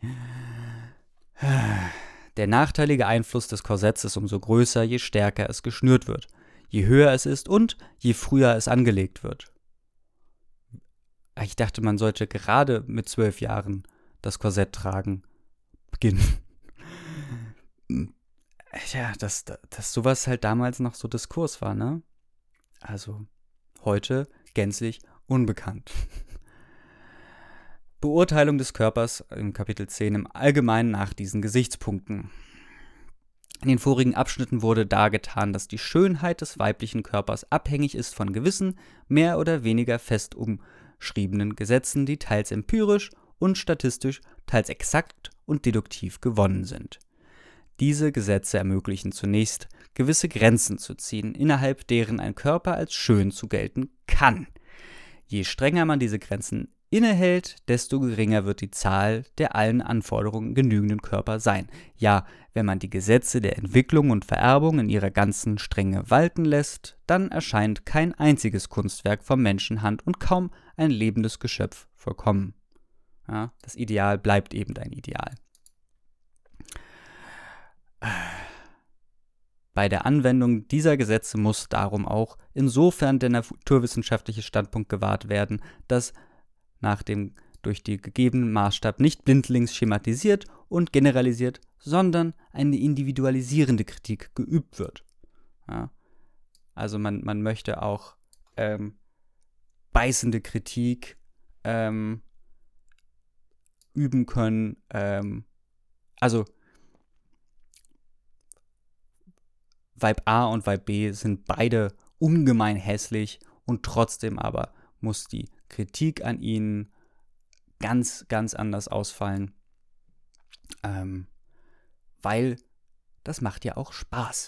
Der nachteilige Einfluss des Korsetts ist umso größer, je stärker es geschnürt wird, je höher es ist und je früher es angelegt wird. Ich dachte, man sollte gerade mit zwölf Jahren das Korsett tragen beginnen. Ja, dass, dass sowas halt damals noch so Diskurs war, ne? Also heute gänzlich unbekannt. Beurteilung des Körpers im Kapitel zehn im Allgemeinen nach diesen Gesichtspunkten. In den vorigen Abschnitten wurde dargetan, dass die Schönheit des weiblichen Körpers abhängig ist von gewissen, mehr oder weniger fest umschriebenen Gesetzen, die teils empirisch und statistisch, teils exakt und deduktiv gewonnen sind. Diese Gesetze ermöglichen zunächst, gewisse Grenzen zu ziehen, innerhalb deren ein Körper als schön zu gelten kann. Je strenger man diese Grenzen innehält, desto geringer wird die Zahl der allen Anforderungen genügenden Körper sein. Ja, wenn man die Gesetze der Entwicklung und Vererbung in ihrer ganzen Strenge walten lässt, dann erscheint kein einziges Kunstwerk von Menschenhand und kaum ein lebendes Geschöpf vollkommen. Ja, das Ideal bleibt eben ein Ideal. Bei der Anwendung dieser Gesetze muss darum auch insofern der naturwissenschaftliche Standpunkt gewahrt werden, dass nach dem durch die gegebenen Maßstab nicht blindlings schematisiert und generalisiert, sondern eine individualisierende Kritik geübt wird. Ja, also man, man möchte auch ähm, beißende Kritik ähm, üben können. Ähm, also Vibe A und Vibe B sind beide ungemein hässlich und trotzdem aber muss die Kritik an ihnen ganz, ganz anders ausfallen, ähm, weil das macht ja auch Spaß.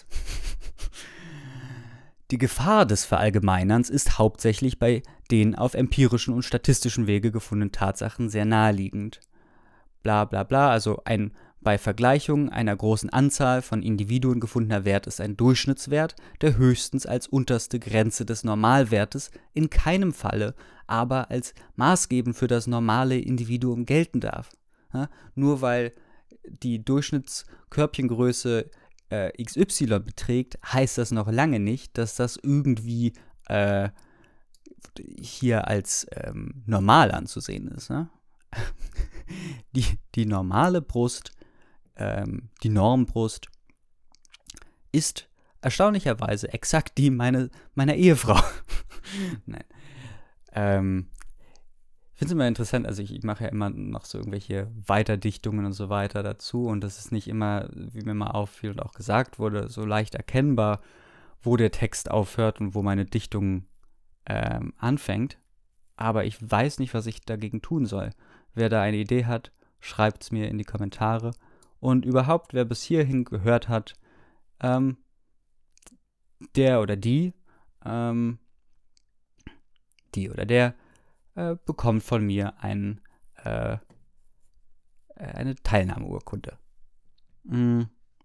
Die Gefahr des Verallgemeinerns ist hauptsächlich bei den auf empirischen und statistischen Wege gefundenen Tatsachen sehr naheliegend. Bla bla bla, also ein bei Vergleichung einer großen Anzahl von Individuen gefundener Wert ist ein Durchschnittswert, der höchstens als unterste Grenze des Normalwertes, in keinem Falle aber als maßgebend für das normale Individuum gelten darf. Ja, nur weil die Durchschnittskörbchengröße äh, X Y beträgt, heißt das noch lange nicht, dass das irgendwie äh, hier als ähm, normal anzusehen ist. Ne? die, die normale Brust, ähm, die Normbrust, ist erstaunlicherweise exakt die meine, meiner Ehefrau. Nein. Ähm, ich finde es immer interessant, also ich, ich mache ja immer noch so irgendwelche Weiterdichtungen und so weiter dazu und das ist nicht immer, wie mir mal auffiel und auch gesagt wurde, so leicht erkennbar, wo der Text aufhört und wo meine Dichtung ähm, anfängt. Aber ich weiß nicht, was ich dagegen tun soll. Wer da eine Idee hat, schreibt es mir in die Kommentare. Und überhaupt, wer bis hierhin gehört hat, ähm, der oder die, ähm, die oder der, äh, bekommt von mir ein, äh, eine Teilnahmeurkunde. Mm.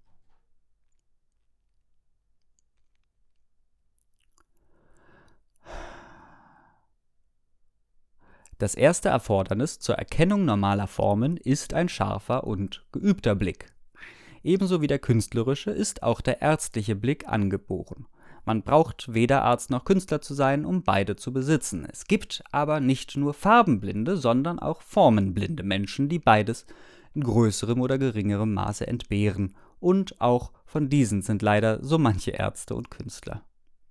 Das erste Erfordernis zur Erkennung normaler Formen ist ein scharfer und geübter Blick. Ebenso wie der künstlerische ist auch der ärztliche Blick angeboren. Man braucht weder Arzt noch Künstler zu sein, um beide zu besitzen. Es gibt aber nicht nur farbenblinde, sondern auch formenblinde Menschen, die beides in größerem oder geringerem Maße entbehren. Und auch von diesen sind leider so manche Ärzte und Künstler.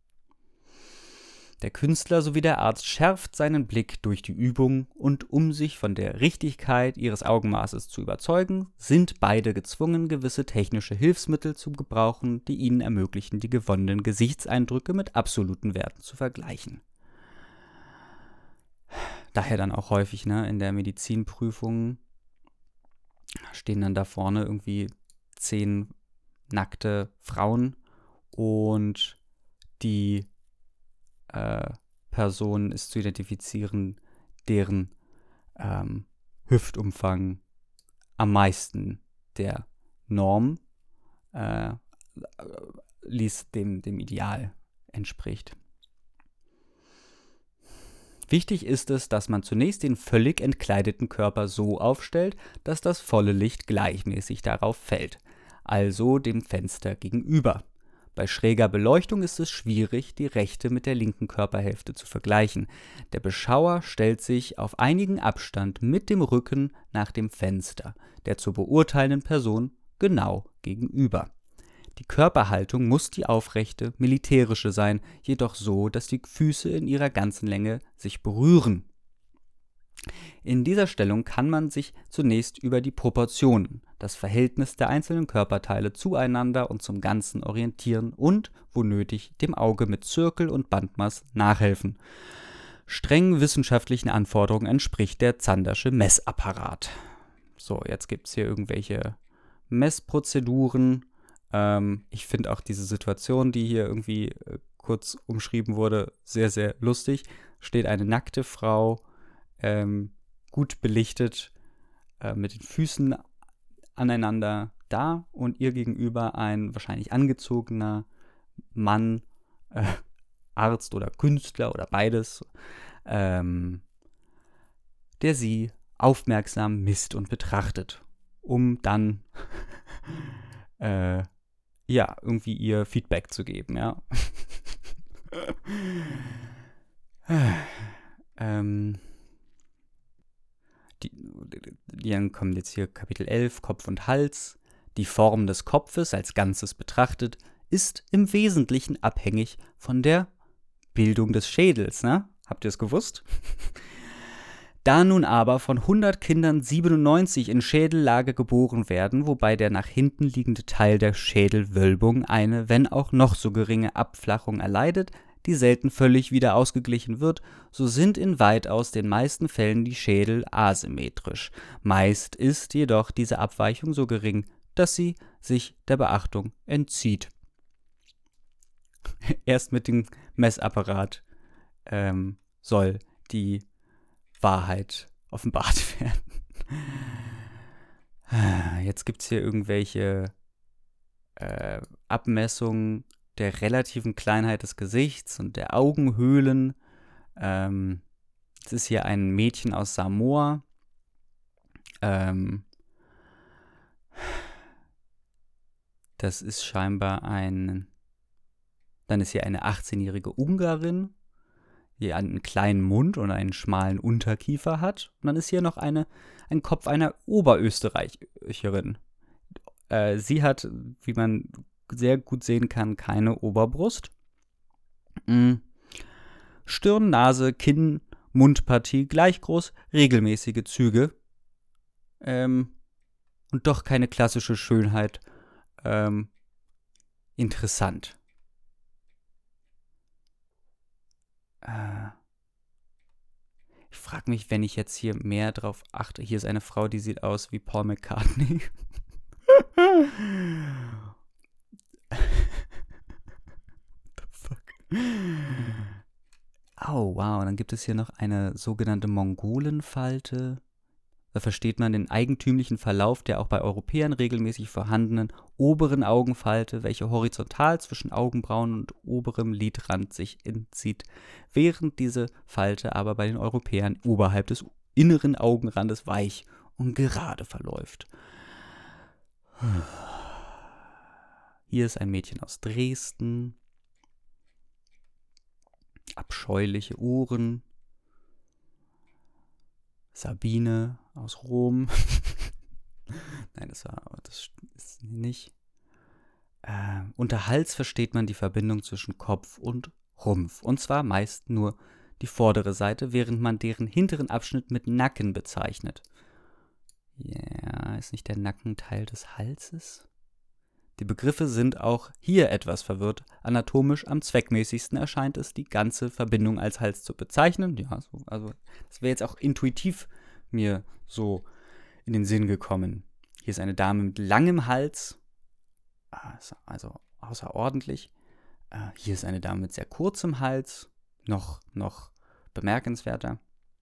Der Künstler sowie der Arzt schärft seinen Blick durch die Übung und um sich von der Richtigkeit ihres Augenmaßes zu überzeugen, sind beide gezwungen, gewisse technische Hilfsmittel zu gebrauchen, die ihnen ermöglichen, die gewonnenen Gesichtseindrücke mit absoluten Werten zu vergleichen. Daher dann auch häufig, ne, in der Medizinprüfung stehen dann da vorne irgendwie zehn nackte Frauen und die Äh, Person ist zu identifizieren, deren ähm, Hüftumfang am meisten der Norm äh, ließ dem, dem Ideal entspricht. Wichtig ist es, dass man zunächst den völlig entkleideten Körper so aufstellt, dass das volle Licht gleichmäßig darauf fällt, also dem Fenster gegenüber. Bei schräger Beleuchtung ist es schwierig, die rechte mit der linken Körperhälfte zu vergleichen. Der Beschauer stellt sich auf einigen Abstand mit dem Rücken nach dem Fenster, der zur beurteilenden Person genau gegenüber. Die Körperhaltung muss die aufrechte, militärische sein, jedoch so, dass die Füße in ihrer ganzen Länge sich berühren. In dieser Stellung kann man sich zunächst über die Proportionen, das Verhältnis der einzelnen Körperteile zueinander und zum Ganzen orientieren und, wo nötig, dem Auge mit Zirkel und Bandmaß nachhelfen. Strengen wissenschaftlichen Anforderungen entspricht der Zandersche Messapparat. So, jetzt gibt es hier irgendwelche Messprozeduren. Ähm, ich finde auch diese Situation, die hier irgendwie äh, kurz umschrieben wurde, sehr, sehr lustig. Steht eine nackte Frau, ähm, gut belichtet, äh, mit den Füßen aneinander da und ihr gegenüber ein wahrscheinlich angezogener Mann, äh, Arzt oder Künstler oder beides, ähm, der sie aufmerksam misst und betrachtet, um dann äh, ja, irgendwie ihr Feedback zu geben, ja. ähm, die, die, dann kommt jetzt hier Kapitel elf, Kopf und Hals. Die Form des Kopfes als Ganzes betrachtet ist im Wesentlichen abhängig von der Bildung des Schädels, ne? Habt ihr es gewusst? Da nun aber von hundert Kindern siebenundneunzig in Schädellage geboren werden, wobei der nach hinten liegende Teil der Schädelwölbung eine, wenn auch noch so geringe Abflachung erleidet, die selten völlig wieder ausgeglichen wird, so sind in weitaus den meisten Fällen die Schädel asymmetrisch. Meist ist jedoch diese Abweichung so gering, dass sie sich der Beachtung entzieht. Erst mit dem Messapparat ähm, soll die Wahrheit offenbart werden. Jetzt gibt es hier irgendwelche äh, Abmessungen der relativen Kleinheit des Gesichts und der Augenhöhlen. Ähm, es ist hier ein Mädchen aus Samoa. Ähm, das ist scheinbar ein... Dann ist hier eine achtzehnjährige Ungarin, die einen kleinen Mund und einen schmalen Unterkiefer hat. Und dann ist hier noch eine, ein Kopf einer Oberösterreicherin. Äh, sie hat, wie man sehr gut sehen kann, keine Oberbrust. Mhm. Stirn, Nase, Kinn, Mundpartie gleich groß, regelmäßige Züge. Ähm, und doch keine klassische Schönheit. Ähm, interessant. Ich frage mich, wenn ich jetzt hier mehr drauf achte. Hier ist eine Frau, die sieht aus wie Paul McCartney. What the fuck? Oh, wow. Dann gibt es hier noch eine sogenannte Mongolenfalte. Da versteht man den eigentümlichen Verlauf der auch bei Europäern regelmäßig vorhandenen oberen Augenfalte, welche horizontal zwischen Augenbrauen und oberem Lidrand sich entzieht, während diese Falte aber bei den Europäern oberhalb des inneren Augenrandes weich und gerade verläuft. Hier ist ein Mädchen aus Dresden. Abscheuliche Ohren. Sabine aus Rom. Nein, das war das ist nicht. Äh, unter Hals versteht man die Verbindung zwischen Kopf und Rumpf. Und zwar meist nur die vordere Seite, während man deren hinteren Abschnitt mit Nacken bezeichnet. Ja, ist nicht der Nacken Teil des Halses? Die Begriffe sind auch hier etwas verwirrt. Anatomisch am zweckmäßigsten erscheint es, die ganze Verbindung als Hals zu bezeichnen. Ja, so, also das wäre jetzt auch intuitiv mir so in den Sinn gekommen. Hier ist eine Dame mit langem Hals, also außerordentlich. Hier ist eine Dame mit sehr kurzem Hals, noch, noch bemerkenswerter.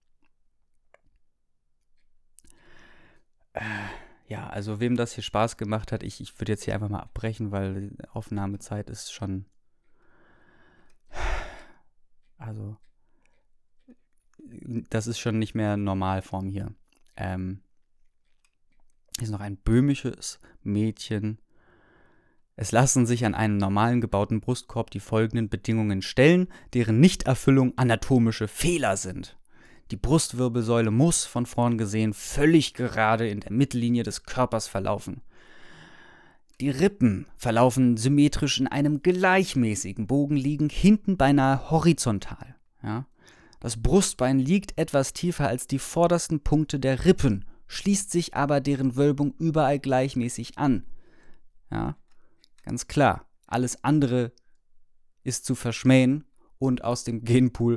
Äh, Ja, also wem das hier Spaß gemacht hat, ich, ich würde jetzt hier einfach mal abbrechen, weil die Aufnahmezeit ist schon, also das ist schon nicht mehr Normalform hier. Ähm, hier ist noch ein böhmisches Mädchen. Es lassen sich an einen normalen gebauten Brustkorb die folgenden Bedingungen stellen, deren Nichterfüllung anatomische Fehler sind. Die Brustwirbelsäule muss, von vorn gesehen, völlig gerade in der Mittellinie des Körpers verlaufen. Die Rippen verlaufen symmetrisch in einem gleichmäßigen Bogen, liegen hinten beinahe horizontal. Ja? Das Brustbein liegt etwas tiefer als die vordersten Punkte der Rippen, schließt sich aber deren Wölbung überall gleichmäßig an. Ja? Ganz klar, alles andere ist zu verschmähen und aus dem Genpool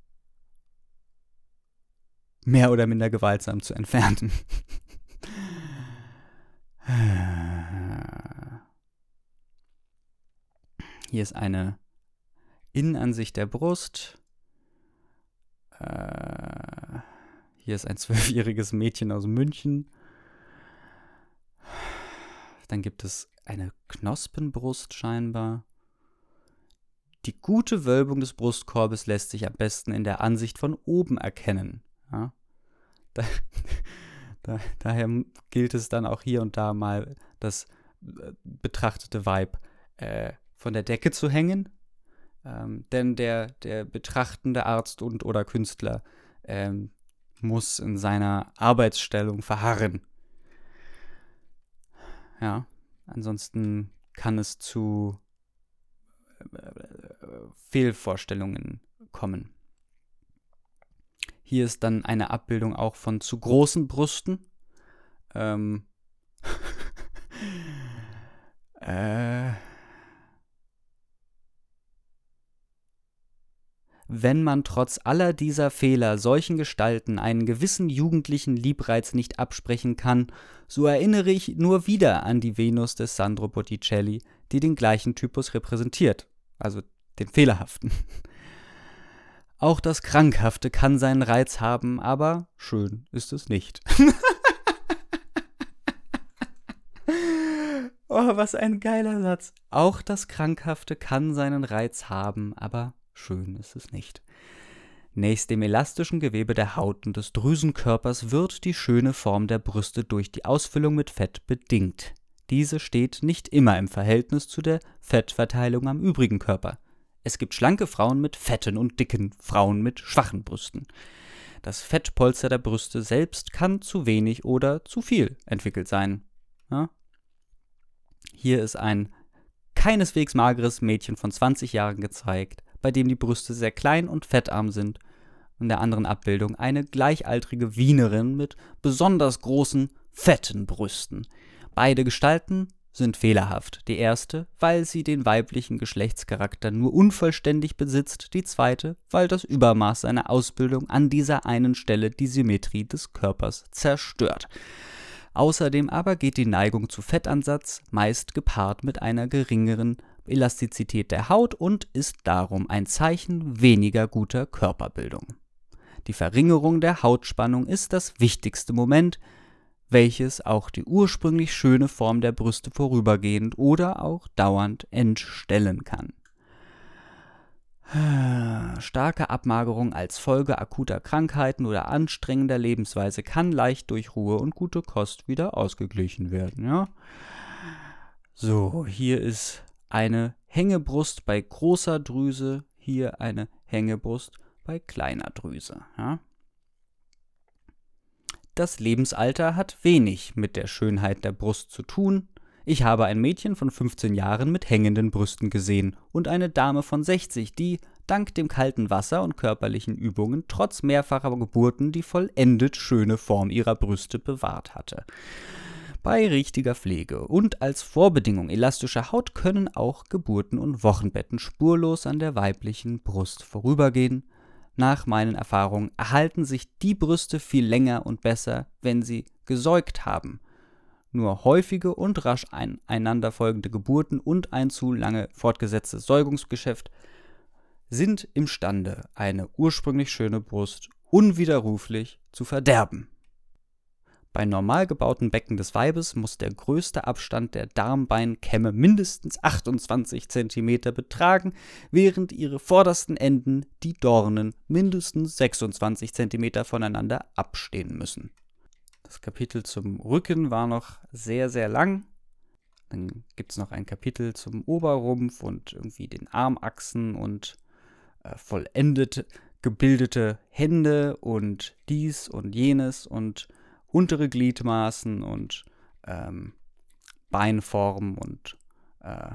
mehr oder minder gewaltsam zu entfernen. Hier ist eine Innenansicht der Brust. Äh, hier ist ein zwölfjähriges Mädchen aus München. Dann gibt es eine Knospenbrust scheinbar. Die gute Wölbung des Brustkorbes lässt sich am besten in der Ansicht von oben erkennen. Ja? Da, da, daher gilt es dann auch hier und da mal das betrachtete Weib äh, von der Decke zu hängen. Ähm, denn der, der betrachtende Arzt und oder Künstler ähm, muss in seiner Arbeitsstellung verharren. Ja, ansonsten kann es zu äh, Fehlvorstellungen kommen. Hier ist dann eine Abbildung auch von zu großen Brüsten. Ähm äh Wenn man trotz aller dieser Fehler solchen Gestalten einen gewissen jugendlichen Liebreiz nicht absprechen kann, so erinnere ich nur wieder an die Venus des Sandro Botticelli, die den gleichen Typus repräsentiert, also den fehlerhaften. Auch das Krankhafte kann seinen Reiz haben, aber schön ist es nicht. Oh, was ein geiler Satz. Auch das Krankhafte kann seinen Reiz haben, aber schön ist es nicht. Nächst dem elastischen Gewebe der Haut und des Drüsenkörpers wird die schöne Form der Brüste durch die Ausfüllung mit Fett bedingt. Diese steht nicht immer im Verhältnis zu der Fettverteilung am übrigen Körper. Es gibt schlanke Frauen mit fetten und dicken Frauen mit schwachen Brüsten. Das Fettpolster der Brüste selbst kann zu wenig oder zu viel entwickelt sein. Ja? Hier ist ein keineswegs mageres Mädchen von zwanzig Jahren gezeigt, bei dem die Brüste sehr klein und fettarm sind. In der anderen Abbildung eine gleichaltrige Wienerin mit besonders großen, fetten Brüsten. Beide Gestalten sind fehlerhaft. Die erste, weil sie den weiblichen Geschlechtscharakter nur unvollständig besitzt, die zweite, weil das Übermaß seiner Ausbildung an dieser einen Stelle die Symmetrie des Körpers zerstört. Außerdem aber geht die Neigung zu Fettansatz meist gepaart mit einer geringeren Elastizität der Haut und ist darum ein Zeichen weniger guter Körperbildung. Die Verringerung der Hautspannung ist das wichtigste Moment, welches auch die ursprünglich schöne Form der Brüste vorübergehend oder auch dauernd entstellen kann. Starke Abmagerung als Folge akuter Krankheiten oder anstrengender Lebensweise kann leicht durch Ruhe und gute Kost wieder ausgeglichen werden. Ja? So, hier ist eine Hängebrust bei großer Drüse, hier eine Hängebrust bei kleiner Drüse. Ja? Das Lebensalter hat wenig mit der Schönheit der Brust zu tun. Ich habe ein Mädchen von fünfzehn Jahren mit hängenden Brüsten gesehen und eine Dame von sechzig, die dank dem kalten Wasser und körperlichen Übungen trotz mehrfacher Geburten die vollendet schöne Form ihrer Brüste bewahrt hatte. Bei richtiger Pflege und als Vorbedingung elastischer Haut können auch Geburten und Wochenbetten spurlos an der weiblichen Brust vorübergehen. Nach meinen Erfahrungen erhalten sich die Brüste viel länger und besser, wenn sie gesäugt haben. Nur häufige und rasch eineinanderfolgende Geburten und ein zu lange fortgesetztes Säugungsgeschäft sind imstande, eine ursprünglich schöne Brust unwiderruflich zu verderben. Bei normal gebauten Becken des Weibes muss der größte Abstand der Darmbeinkämme mindestens achtundzwanzig Zentimeter betragen, während ihre vordersten Enden, die Dornen, mindestens sechsundzwanzig Zentimeter voneinander abstehen müssen. Das Kapitel zum Rücken war noch sehr, sehr lang. Dann gibt es noch ein Kapitel zum Oberrumpf und irgendwie den Armachsen und äh, vollendet gebildete Hände und dies und jenes und untere Gliedmaßen und ähm, Beinform und äh,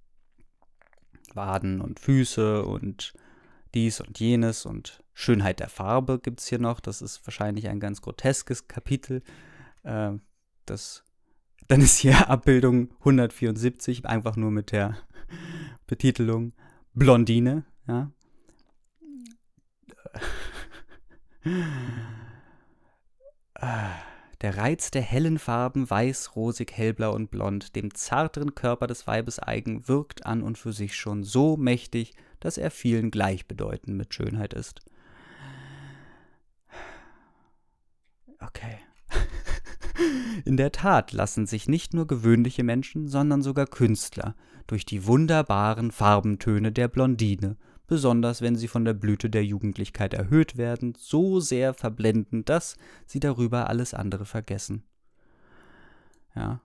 Waden und Füße und dies und jenes und Schönheit der Farbe gibt es hier noch. Das ist wahrscheinlich ein ganz groteskes Kapitel. Äh, das, dann ist hier Abbildung hundertvierundsiebzig, einfach nur mit der Betitelung Blondine. Ja. Der Reiz der hellen Farben, weiß, rosig, hellblau und blond, dem zarteren Körper des Weibes eigen, wirkt an und für sich schon so mächtig, dass er vielen gleichbedeutend mit Schönheit ist. Okay. In der Tat lassen sich nicht nur gewöhnliche Menschen, sondern sogar Künstler durch die wunderbaren Farbentöne der Blondine, besonders wenn sie von der Blüte der Jugendlichkeit erhöht werden, so sehr verblenden, dass sie darüber alles andere vergessen. Ja.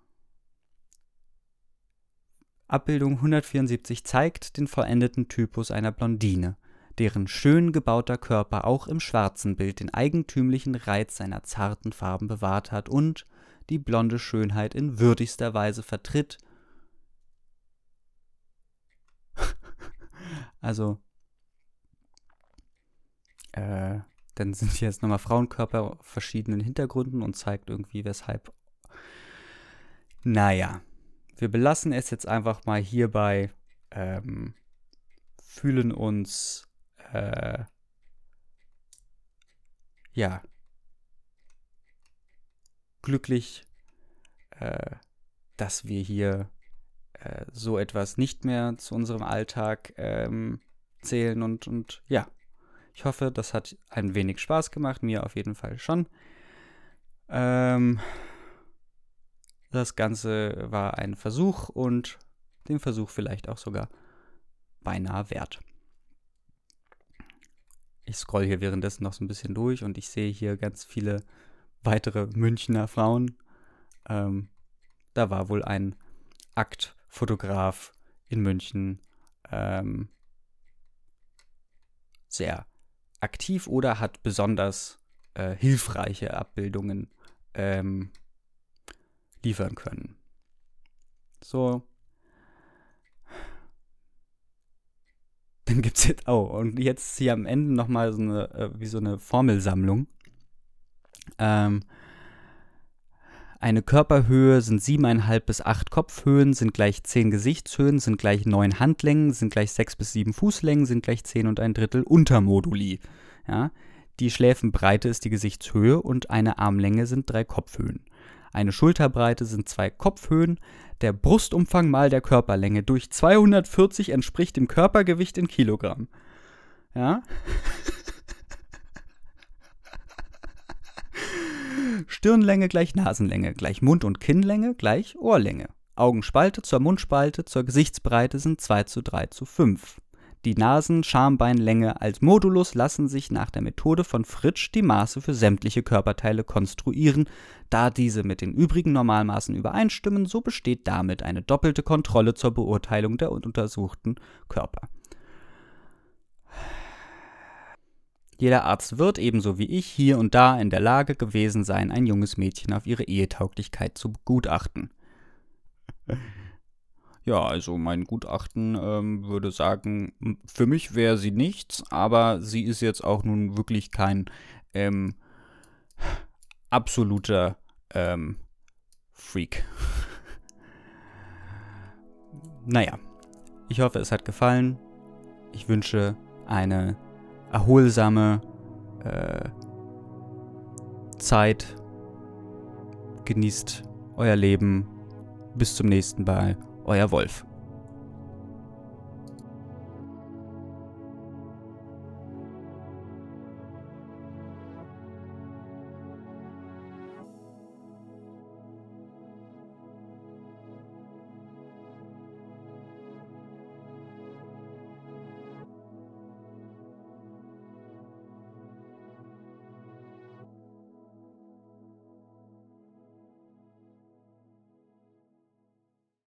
Abbildung hundertvierundsiebzig zeigt den vollendeten Typus einer Blondine, deren schön gebauter Körper auch im schwarzen Bild den eigentümlichen Reiz seiner zarten Farben bewahrt hat und die blonde Schönheit in würdigster Weise vertritt. Also, äh, dann sind hier jetzt nochmal Frauenkörper auf verschiedenen Hintergründen und zeigt irgendwie, weshalb. Naja, wir belassen es jetzt einfach mal hierbei, ähm, fühlen uns, äh, ja, glücklich, äh, dass wir hier äh, so etwas nicht mehr zu unserem Alltag ähm, zählen und, und ja, ich hoffe, das hat ein wenig Spaß gemacht, mir auf jeden Fall schon. Ähm, das Ganze war ein Versuch und den Versuch vielleicht auch sogar beinahe wert. Ich scroll hier währenddessen noch so ein bisschen durch und ich sehe hier ganz viele weitere Münchner Frauen. Ähm, da war wohl ein Aktfotograf in München ähm, sehr aktiv oder hat besonders äh, hilfreiche Abbildungen ähm, liefern können. So. Dann gibt es jetzt, oh, und jetzt hier am Ende nochmal so eine, äh, wie so eine Formelsammlung. Ähm, eine Körperhöhe sind siebeneinhalb bis acht Kopfhöhen, sind gleich zehn Gesichtshöhen, sind gleich neun Handlängen, sind gleich sechs bis sieben Fußlängen, sind gleich zehn und ein Drittel Untermoduli. Ja? Die Schläfenbreite ist die Gesichtshöhe und eine Armlänge sind drei Kopfhöhen. Eine Schulterbreite sind zwei Kopfhöhen. Der Brustumfang mal der Körperlänge durch zweihundertvierzig entspricht dem Körpergewicht in Kilogramm. Ja? Stirnlänge gleich Nasenlänge gleich Mund- und Kinnlänge gleich Ohrlänge. Augenspalte zur Mundspalte zur Gesichtsbreite sind zwei zu drei zu fünf. Die Nasen-Schambeinlänge als Modulus lassen sich nach der Methode von Fritsch die Maße für sämtliche Körperteile konstruieren. Da diese mit den übrigen Normalmaßen übereinstimmen, so besteht damit eine doppelte Kontrolle zur Beurteilung der untersuchten Körper. Jeder Arzt wird, ebenso wie ich, hier und da in der Lage gewesen sein, ein junges Mädchen auf ihre Ehetauglichkeit zu begutachten. Ja, also mein Gutachten ähm, würde sagen, für mich wäre sie nichts, aber sie ist jetzt auch nun wirklich kein ähm, absoluter ähm, Freak. Naja, ich hoffe, es hat gefallen. Ich wünsche eine erholsame äh, Zeit. Genießt euer Leben. Bis zum nächsten Mal. Euer Wolf.